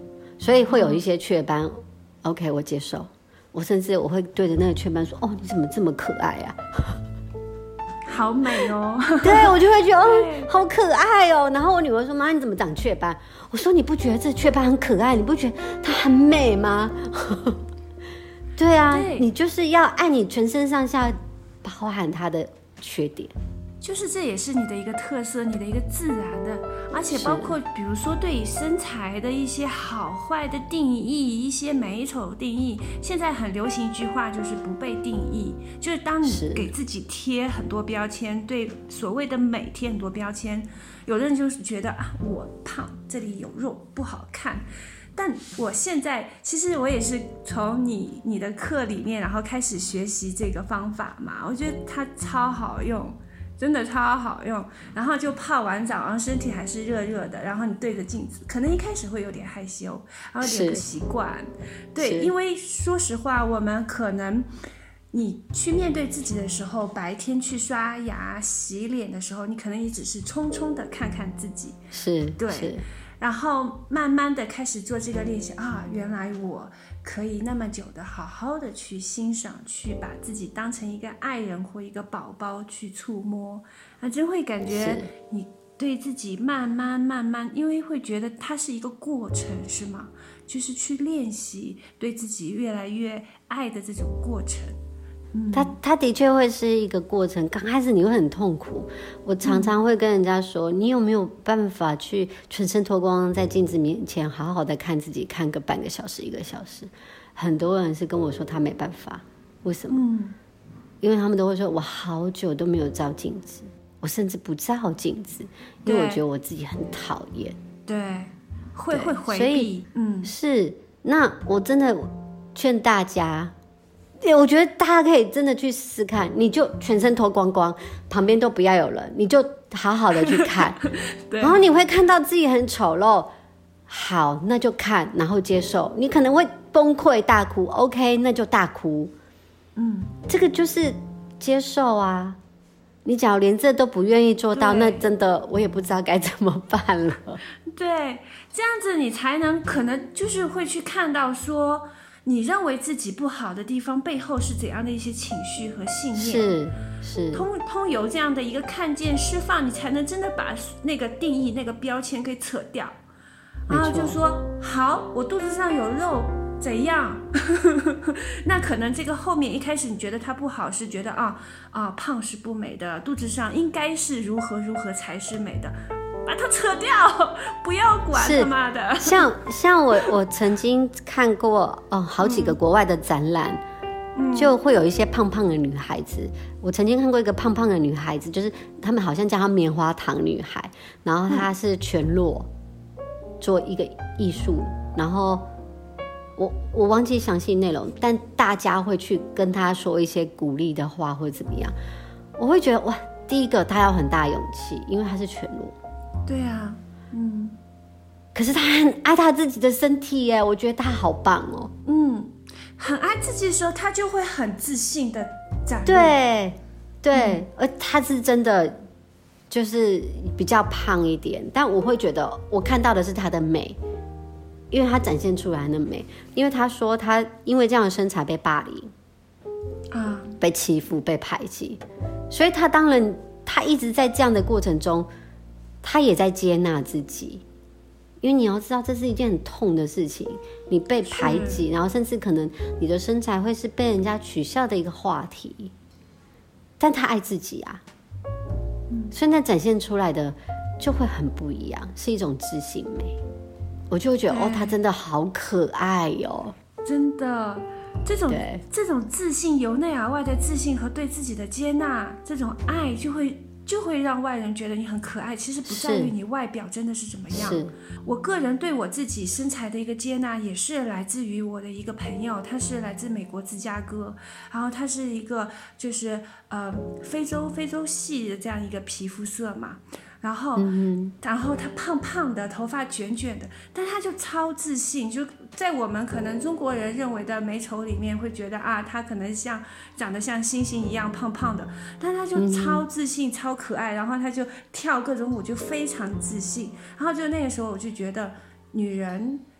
所以会有一些雀斑、嗯、OK 我接受，我甚至我会对着那个雀斑说，哦你怎么这么可爱啊， 好美哦对，我就会觉得哦好可爱哦。然后我女儿说，妈你怎么长雀斑？我说你不觉得这雀斑很可爱，你不觉得它很美吗对啊对，你就是要按你全身上下包含它的缺点， 就是这也是你的一个特色，你的一个自然的，而且包括比如说对于身材的一些好坏的定义，一些美丑定义，现在很流行一句话就是不被定义，就是当你给自己贴很多标签，对所谓的美贴很多标签，有的人就是觉得啊我胖，这里有肉不好看。但我现在其实我也是从你你的课里面然后开始学习这个方法嘛，我觉得它超好用，真的超好用。然后就泡完澡，然后身体还是热热的，然后你对着镜子，可能一开始会有点害羞，然后有点不习惯。对，因为说实话，我们可能你去面对自己的时候，白天去刷牙洗脸的时候，你可能也只是匆匆的看看自己， 是， 对。 是， 然后慢慢的开始做这个练习啊，原来我可以那么久的好好的去欣赏，去把自己当成一个爱人或一个宝宝去触摸，啊，真会感觉你对自己慢慢慢慢，因为会觉得它是一个过程，是吗？就是去练习对自己越来越爱的这种过程。嗯、 它它的确会是一个过程，刚开始你会很痛苦。我常常会跟人家说、嗯、你有没有办法去全身脱光，在镜子面前好好的看自己，看个半个小时一个小时。很多人是跟我说他没办法，为什么、嗯、因为他们都会说我好久都没有照镜子，我甚至不照镜子，因为我觉得我自己很讨厌。 对，会会回避。所以嗯，是。那我真的劝大家，我觉得大家可以真的去试试看，你就全身脱光光，旁边都不要有人，你就好好的去看然后你会看到自己很丑陋，好，那就看，然后接受。你可能会崩溃大哭 OK， 那就大哭。嗯，这个就是接受啊。你假如连这都不愿意做到，那真的我也不知道该怎么办了。 对，这样子你才能可能就是会去看到说你认为自己不好的地方背后是怎样的一些情绪和信念， 是是通通由这样的一个看见释放，你才能真的把那个定义那个标签给扯掉，然后就说好，我肚子上有肉怎样那可能这个后面一开始你觉得它不好，是觉得啊啊胖是不美的，肚子上应该是如何如何才是美的，把它扯掉，不要管他妈的。 像像我我曾经看过哦好几个国外的展览、嗯、就会有一些胖胖的女孩子。我曾经看过一个胖胖的女孩子，就是他们好像叫她棉花糖女孩，然后她是全裸、嗯、做一个艺术，然后我我忘记详细内容，但大家会去跟她说一些鼓励的话或者怎么样。我会觉得哇，第一个她要很大勇气，因为她是全裸。 对啊，嗯， 可是他很爱他自己的身体耶，我觉得他好棒哦。 嗯，很爱自己的时候，他就会很自信的展露。 对，对，嗯、而他是真的就是比较胖一点，但我会觉得我看到的是他的美，因为他展现出来的美。因为他说他因为这样的身材被霸凌，啊，被欺负、被排挤，所以他当然他一直在这样的过程中。他也在接纳自己，因为你要知道这是一件很痛的事情，你被排挤，然后甚至可能你的身材会是被人家取笑的一个话题，但他爱自己啊、嗯、所以那展现出来的就会很不一样，是一种自信美。我就会觉得哦，他真的好可爱哦， 真的这种这种自信，由内而外的自信和对自己的接纳，这种爱就会就会让外人觉得你很可爱，其实不在于你外表真的是怎么样。我个人对我自己身材的一个接纳也是来自于我的一个朋友，他是来自美国芝加哥，然后他是一个就是呃非洲非洲系的这样一个皮肤色嘛，然后、嗯、然后他胖胖的，头发卷卷的，但他就超自信，就在我们可能中国人认为的美丑里面会觉得啊，他可能像长得像猩猩一样胖胖的，但他就超自信、嗯、超可爱，然后他就跳各种舞就非常自信，然后就那个时候我就觉得女人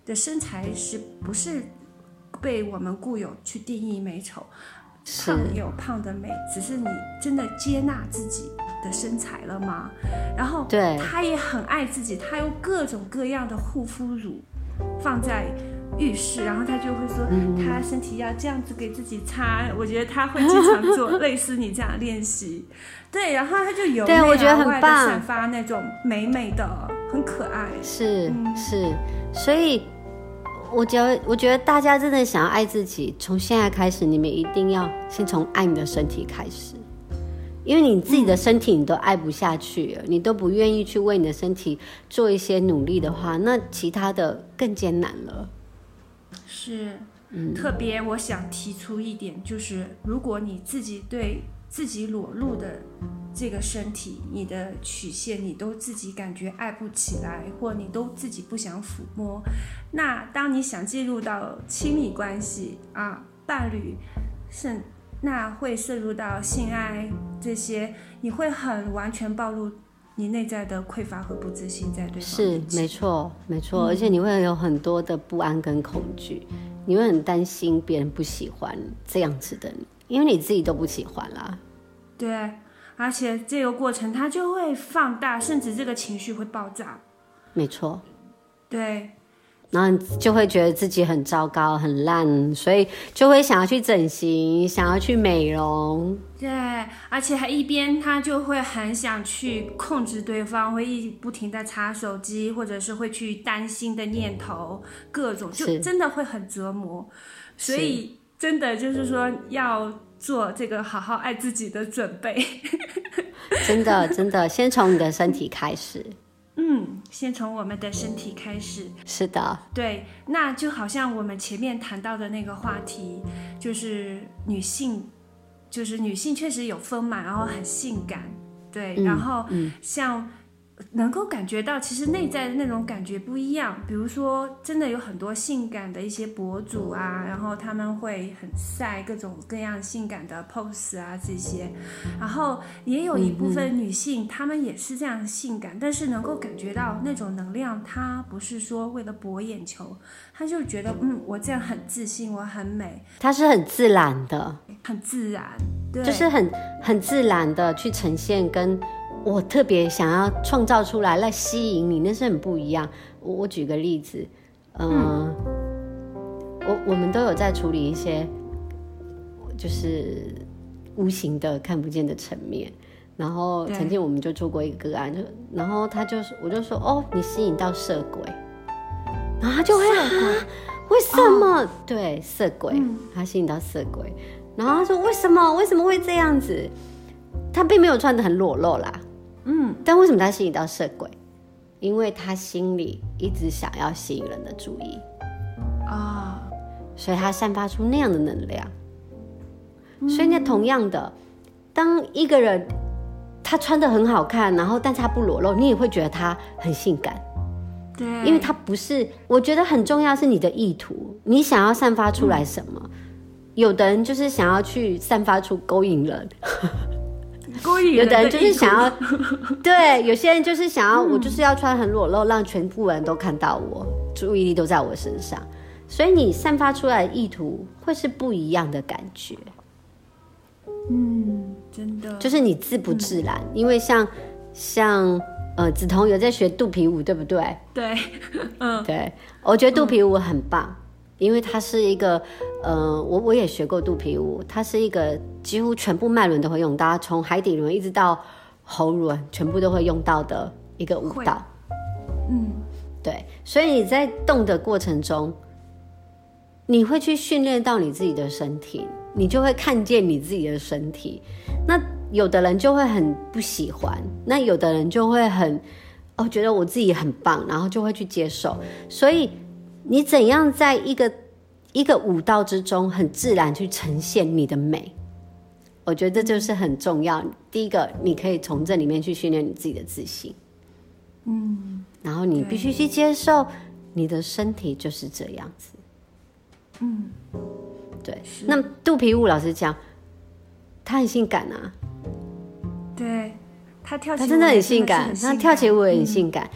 的身材是不是被我们固有去定义美丑？胖有胖的美，只是你真的接纳自己的身材了吗？然后对， 他也很爱自己，他用各种各样的护肤乳放在浴室，然后他就会说、嗯、他身体要这样子给自己擦。我觉得他会经常做类似你这样的练习。对，然后他就由内而外的散发那种美美的，很可爱。 是、嗯、是，所以我觉得，我觉得大家真的想要爱自己，从现在开始，你们一定要先从爱你的身体开始，因为你自己的身体你都爱不下去了，嗯、你都不愿意去为你的身体做一些努力的话，那其他的更艰难了。 是，嗯、特别我想提出一点，就是如果你自己对自己裸露的这个身体，你的曲线你都自己感觉爱不起来，或你都自己不想抚摸，那当你想进入到亲密关系啊，伴侣，甚那会涉入到性爱这些，你会很完全暴露你内在的匮乏和不自信在对方面前。 是，没错没错、嗯、而且你会有很多的不安跟恐惧，你会很担心别人不喜欢这样子的你，因为你自己都不喜欢啦。 对，而且这个过程它就会放大，甚至这个情绪会爆炸。 没错， 对， 然后你就会觉得自己很糟糕很烂，所以就会想要去整形，想要去美容。 对，而且还一边他就会很想去控制对方，会一不停的查手机，或者是会去担心的念头，各种就真的会很折磨。所以真的就是说要做这个好好爱自己的准备。 真的真的，先从你的身体开始。 嗯，先从我们的身体开始。 是的， 对，那就好像我们前面谈到的那个话题，就是女性，就是女性确实有丰满，然后很性感，对，嗯、然后像能够感觉到其实内在的那种感觉不一样。比如说真的有很多性感的一些博主啊，然后他们会很晒各种各样性感的 pose 啊这些，然后也有一部分女性她们也是这样性感，但是能够感觉到那种能量，她不是说为了博眼球，她就觉得嗯我这样很自信，我很美， 她是很自然的， 很自然，对， 就是很很自然的去呈现，跟我特别想要创造出来来吸引你，那是很不一样。 我, 我举个例子，呃、嗯，我我们都有在处理一些就是无形的看不见的层面，然后曾经我们就做过一个个案，就然后他就是我就说哦，你吸引到色鬼，然后他就会色鬼、 啊、为什么、哦、对，色鬼、嗯、他吸引到色鬼，然后他说为什么为什么会这样子，他并没有穿得很裸露啦，嗯，但为什么他吸引到色鬼？因为他心里一直想要吸引人的注意啊、哦，所以他散发出那样的能量。嗯、所以那同样的，当一个人他穿得很好看，然后但是他不裸露，你也会觉得他很性感。 对， 因为他不是，我觉得很重要是你的意图，你想要散发出来什么。嗯、有的人就是想要去散发出勾引人。有的人就是想要对，有些人就是想要、嗯、我就是要穿很裸露，让全部人都看到我，注意力都在我身上，所以你散发出来的意图会是不一样的感觉。 嗯，真的就是你自不自然、嗯、因为像像呃梓潼有在学肚皮舞对不对？ 对，嗯， 对，我觉得肚皮舞很棒、嗯、因为它是一个呃，我我也学过肚皮舞，它是一个几乎全部脉轮都会用到，从海底轮一直到喉轮全部都会用到的一个舞蹈。嗯，对，所以你在动的过程中，你会去训练到你自己的身体，你就会看见你自己的身体。那有的人就会很不喜欢，那有的人就会很哦觉得我自己很棒，然后就会去接受。所以你怎样在一个一个舞蹈之中很自然去呈现你的美，我觉得这就是很重要。第一个，你可以从这里面去训练你自己的自信，嗯，然后你必须去接受你的身体就是这样子，嗯，对。那肚皮舞老师讲，他很性感啊， 对，他跳起舞他真的很性感，他跳起舞也很性感。嗯，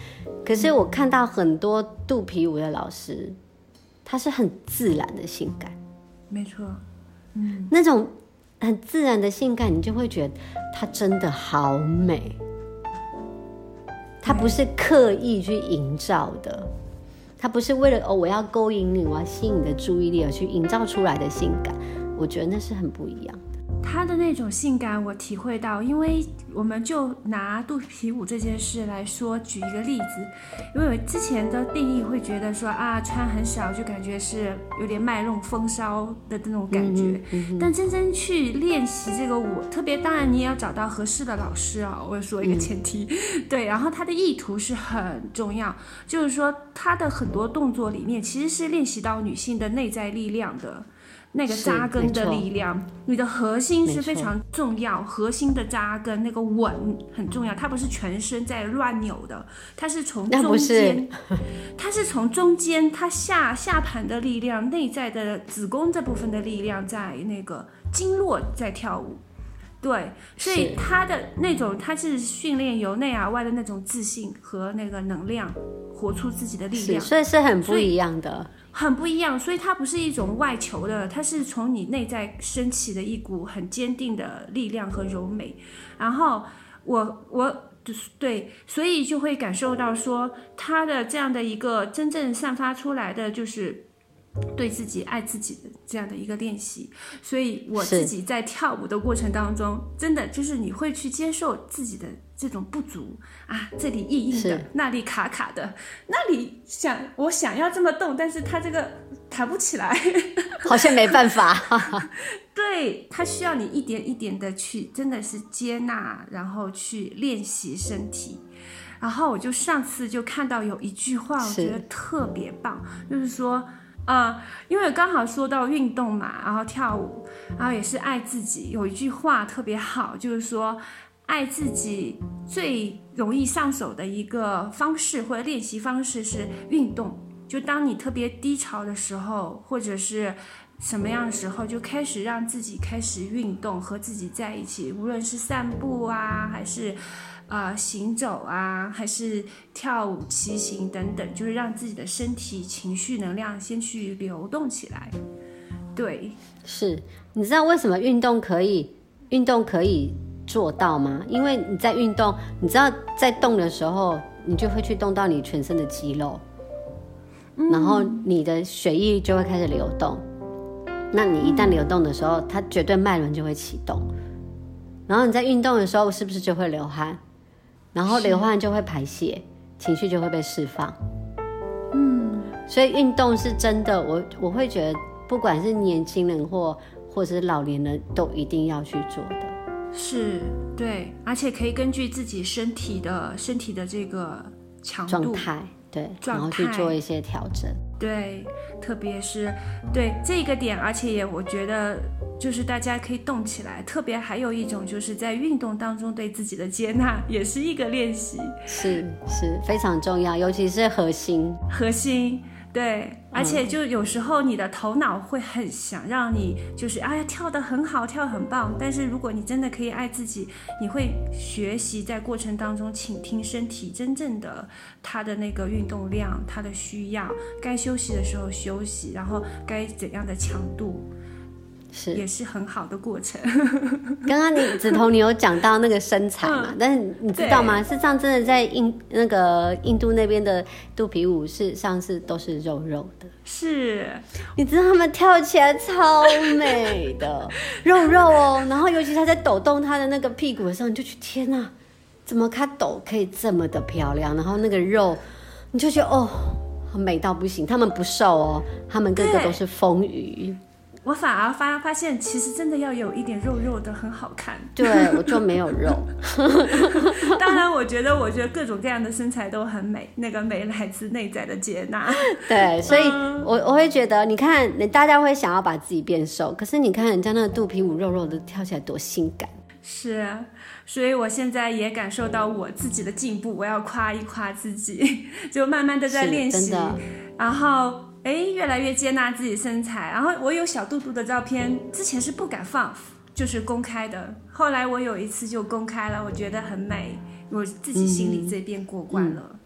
可是我看到很多肚皮舞的老师，他是很自然的性感， 没错，嗯， 那种很自然的性感，你就会觉得她真的好美，她不是刻意去营造的，她不是为了哦我要勾引你，我要吸引你的注意力而去营造出来的性感，我觉得那是很不一样的。 他的那种性感我体会到，因为我们就拿肚皮舞这件事来说，举一个例子，因为我之前的定义会觉得说啊，穿很少就感觉是有点卖弄风骚的那种感觉，嗯嗯、但真正去练习这个舞，特别当然你也要找到合适的老师啊，我说一个前提，嗯、对，然后他的意图是很重要，就是说他的很多动作里面其实是练习到女性的内在力量的。那个扎根的力量，你的核心是非常重要，核心的扎根那个稳很重要，它不是全身在乱扭的，它是从中间，它是从中间，它下下盘的力量，内在的子宫这部分的力量在那个经络在跳舞。对，所以他的那种，他是训练由内而外的那种自信和那个能量，活出自己的力量， 所以是很不一样的， 很不一样。所以它不是一种外求的，它是从你内在升起的一股很坚定的力量和柔美。然后我我对，所以就会感受到说，他的这样的一个真正散发出来的就是。对自己爱自己的这样的一个练习，所以我自己在跳舞的过程当中，真的就是你会去接受自己的这种不足啊，这里硬硬的，那里卡卡的，那里想我想要这么动，但是它这个弹不起来， 好像没办法。 对，它需要你一点一点的去，真的是接纳，然后去练习身体。然后我就上次就看到有一句话，我觉得特别棒，就是说。呃，因为刚好说到运动嘛，然后跳舞，然后也是爱自己。有一句话特别好，就是说，爱自己最容易上手的一个方式或者练习方式是运动。就当你特别低潮的时候，或者是什么样的时候，就开始让自己开始运动，和自己在一起，无论是散步啊，还是。呃，行走啊，还是跳舞、骑行等等，就是让自己的身体、情绪、能量先去流动起来。对， 是，你知道为什么运动可以运动可以做到吗？因为你在运动，你知道在动的时候，你就会去动到你全身的肌肉，嗯、然后你的血液就会开始流动。那你一旦流动的时候，它绝对脉轮就会启动。然后你在运动的时候，是不是就会流汗？然后流汗就会排泄，情绪就会被释放。嗯，所以运动是真的，我我会觉得，不管是年轻人或或者是老年人，都一定要去做的。 是，对，而且可以根据自己身体的身体的这个强度、 状态，对，然后去做一些调整。 对，特别是对这个点，而且也我觉得就是大家可以动起来，特别还有一种就是在运动当中对自己的接纳也是一个练习， 是是非常重要，尤其是核心核心。对，而且就有时候你的头脑会很想让你就是哎呀跳得很好，跳得很棒，但是如果你真的可以爱自己，你会学习在过程当中倾听身体真正的它的那个运动量，它的需要，该休息的时候休息，然后该怎样的强度， 是也是很好的过程。 刚刚你子彤你有讲到那个身材嘛、嗯、但是你知道吗，事实上真的在印那个印度那边的肚皮舞事实上是都是肉肉的， 是你知道他们跳起来超美的肉肉哦，然后尤其他在抖动他的那个屁股的时候，你就觉得天哪，怎么他抖可以这么的漂亮，然后那个肉你就觉得哦美到不行，他们不瘦哦，他们个个都是丰腴。 我反而发发现，其实真的要有一点肉肉的很好看。 对，我就没有肉。 当然，我觉得，我觉得各种各样的身材都很美，那个美来自内在的接纳。 对，所以我我会觉得，你看，大家会想要把自己变瘦，可是你看人家那个肚皮舞肉肉的跳起来多性感。 是，所以我现在也感受到我自己的进步，我要夸一夸自己，就慢慢的在练习，然后。哎，越来越接纳自己身材，然后我有小肚肚的照片，之前是不敢放，就是公开的。后来我有一次就公开了，我觉得很美，我自己心里这边过关了。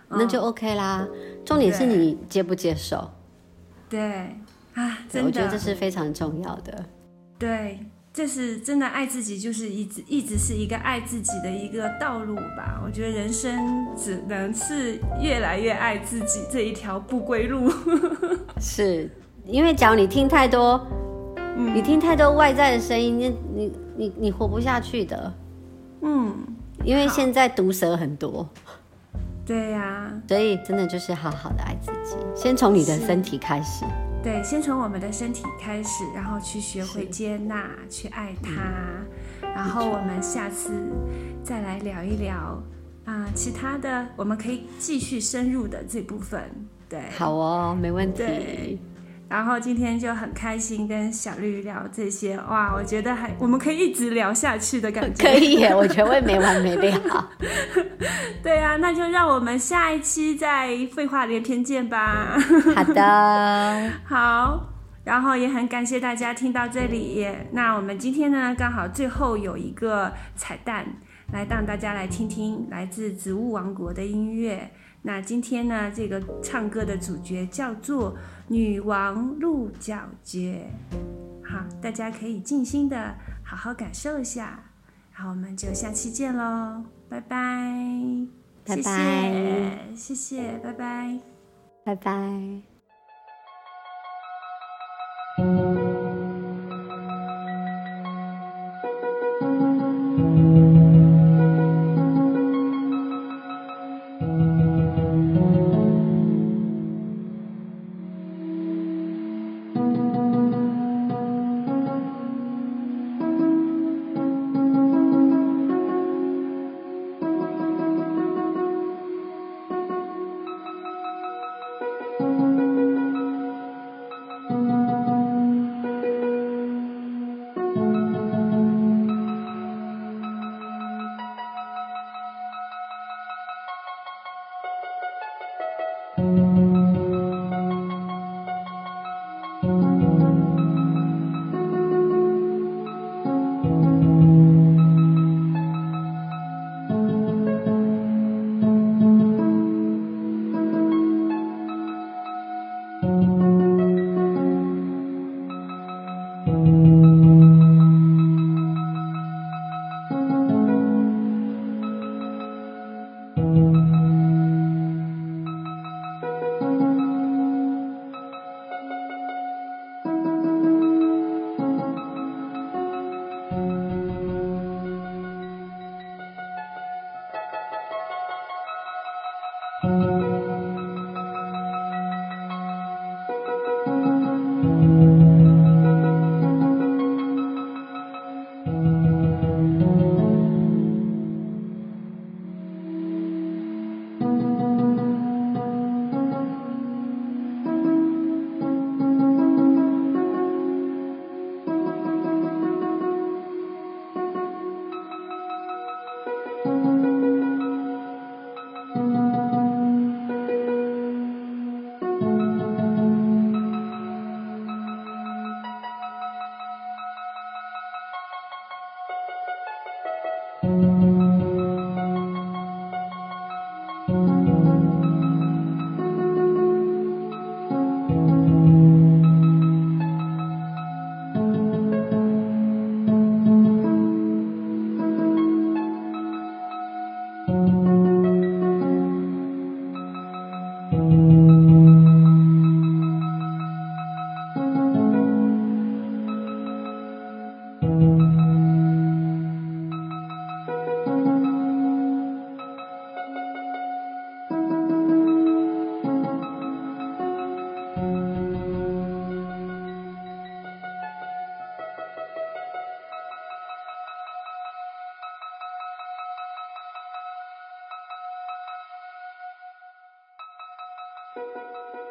那就 OK 啦。重点是你接不接受。 对啊，真的， 我觉得这是非常重要的。 对，这是真的爱自己，就是一直一直是一个爱自己的一个道路吧。我觉得人生只能是越来越爱自己这一条不归路。是因为假如你听太多，嗯、你听太多外在的声音，你你你你活不下去的。嗯，因为现在毒蛇很多。 对呀、啊， 所以真的就是好好的爱自己，先从你的身体开始。 对，先从我们的身体开始，然后去学会接纳，去爱它、嗯。然后我们下次再来聊一聊啊、呃，其他的我们可以继续深入的这部分。对， 好哦，没问题。 对，然后今天就很开心跟小绿聊这些，哇，我觉得还我们可以一直聊下去的感觉。 可以耶，我觉得会没完没了。 对啊，那就让我们下一期再废话连篇见吧。 好的， 好，然后也很感谢大家听到这里。那我们今天呢，刚好最后有一个彩蛋，来让大家来听听来自植物王国的音乐。那今天呢，这个唱歌的主角叫做女王鹿角蕨。好，大家可以静心的好好感受一下。好，我们就下期见咯，拜拜， 拜拜， 谢谢，谢谢，拜拜， 拜拜。 Thank you.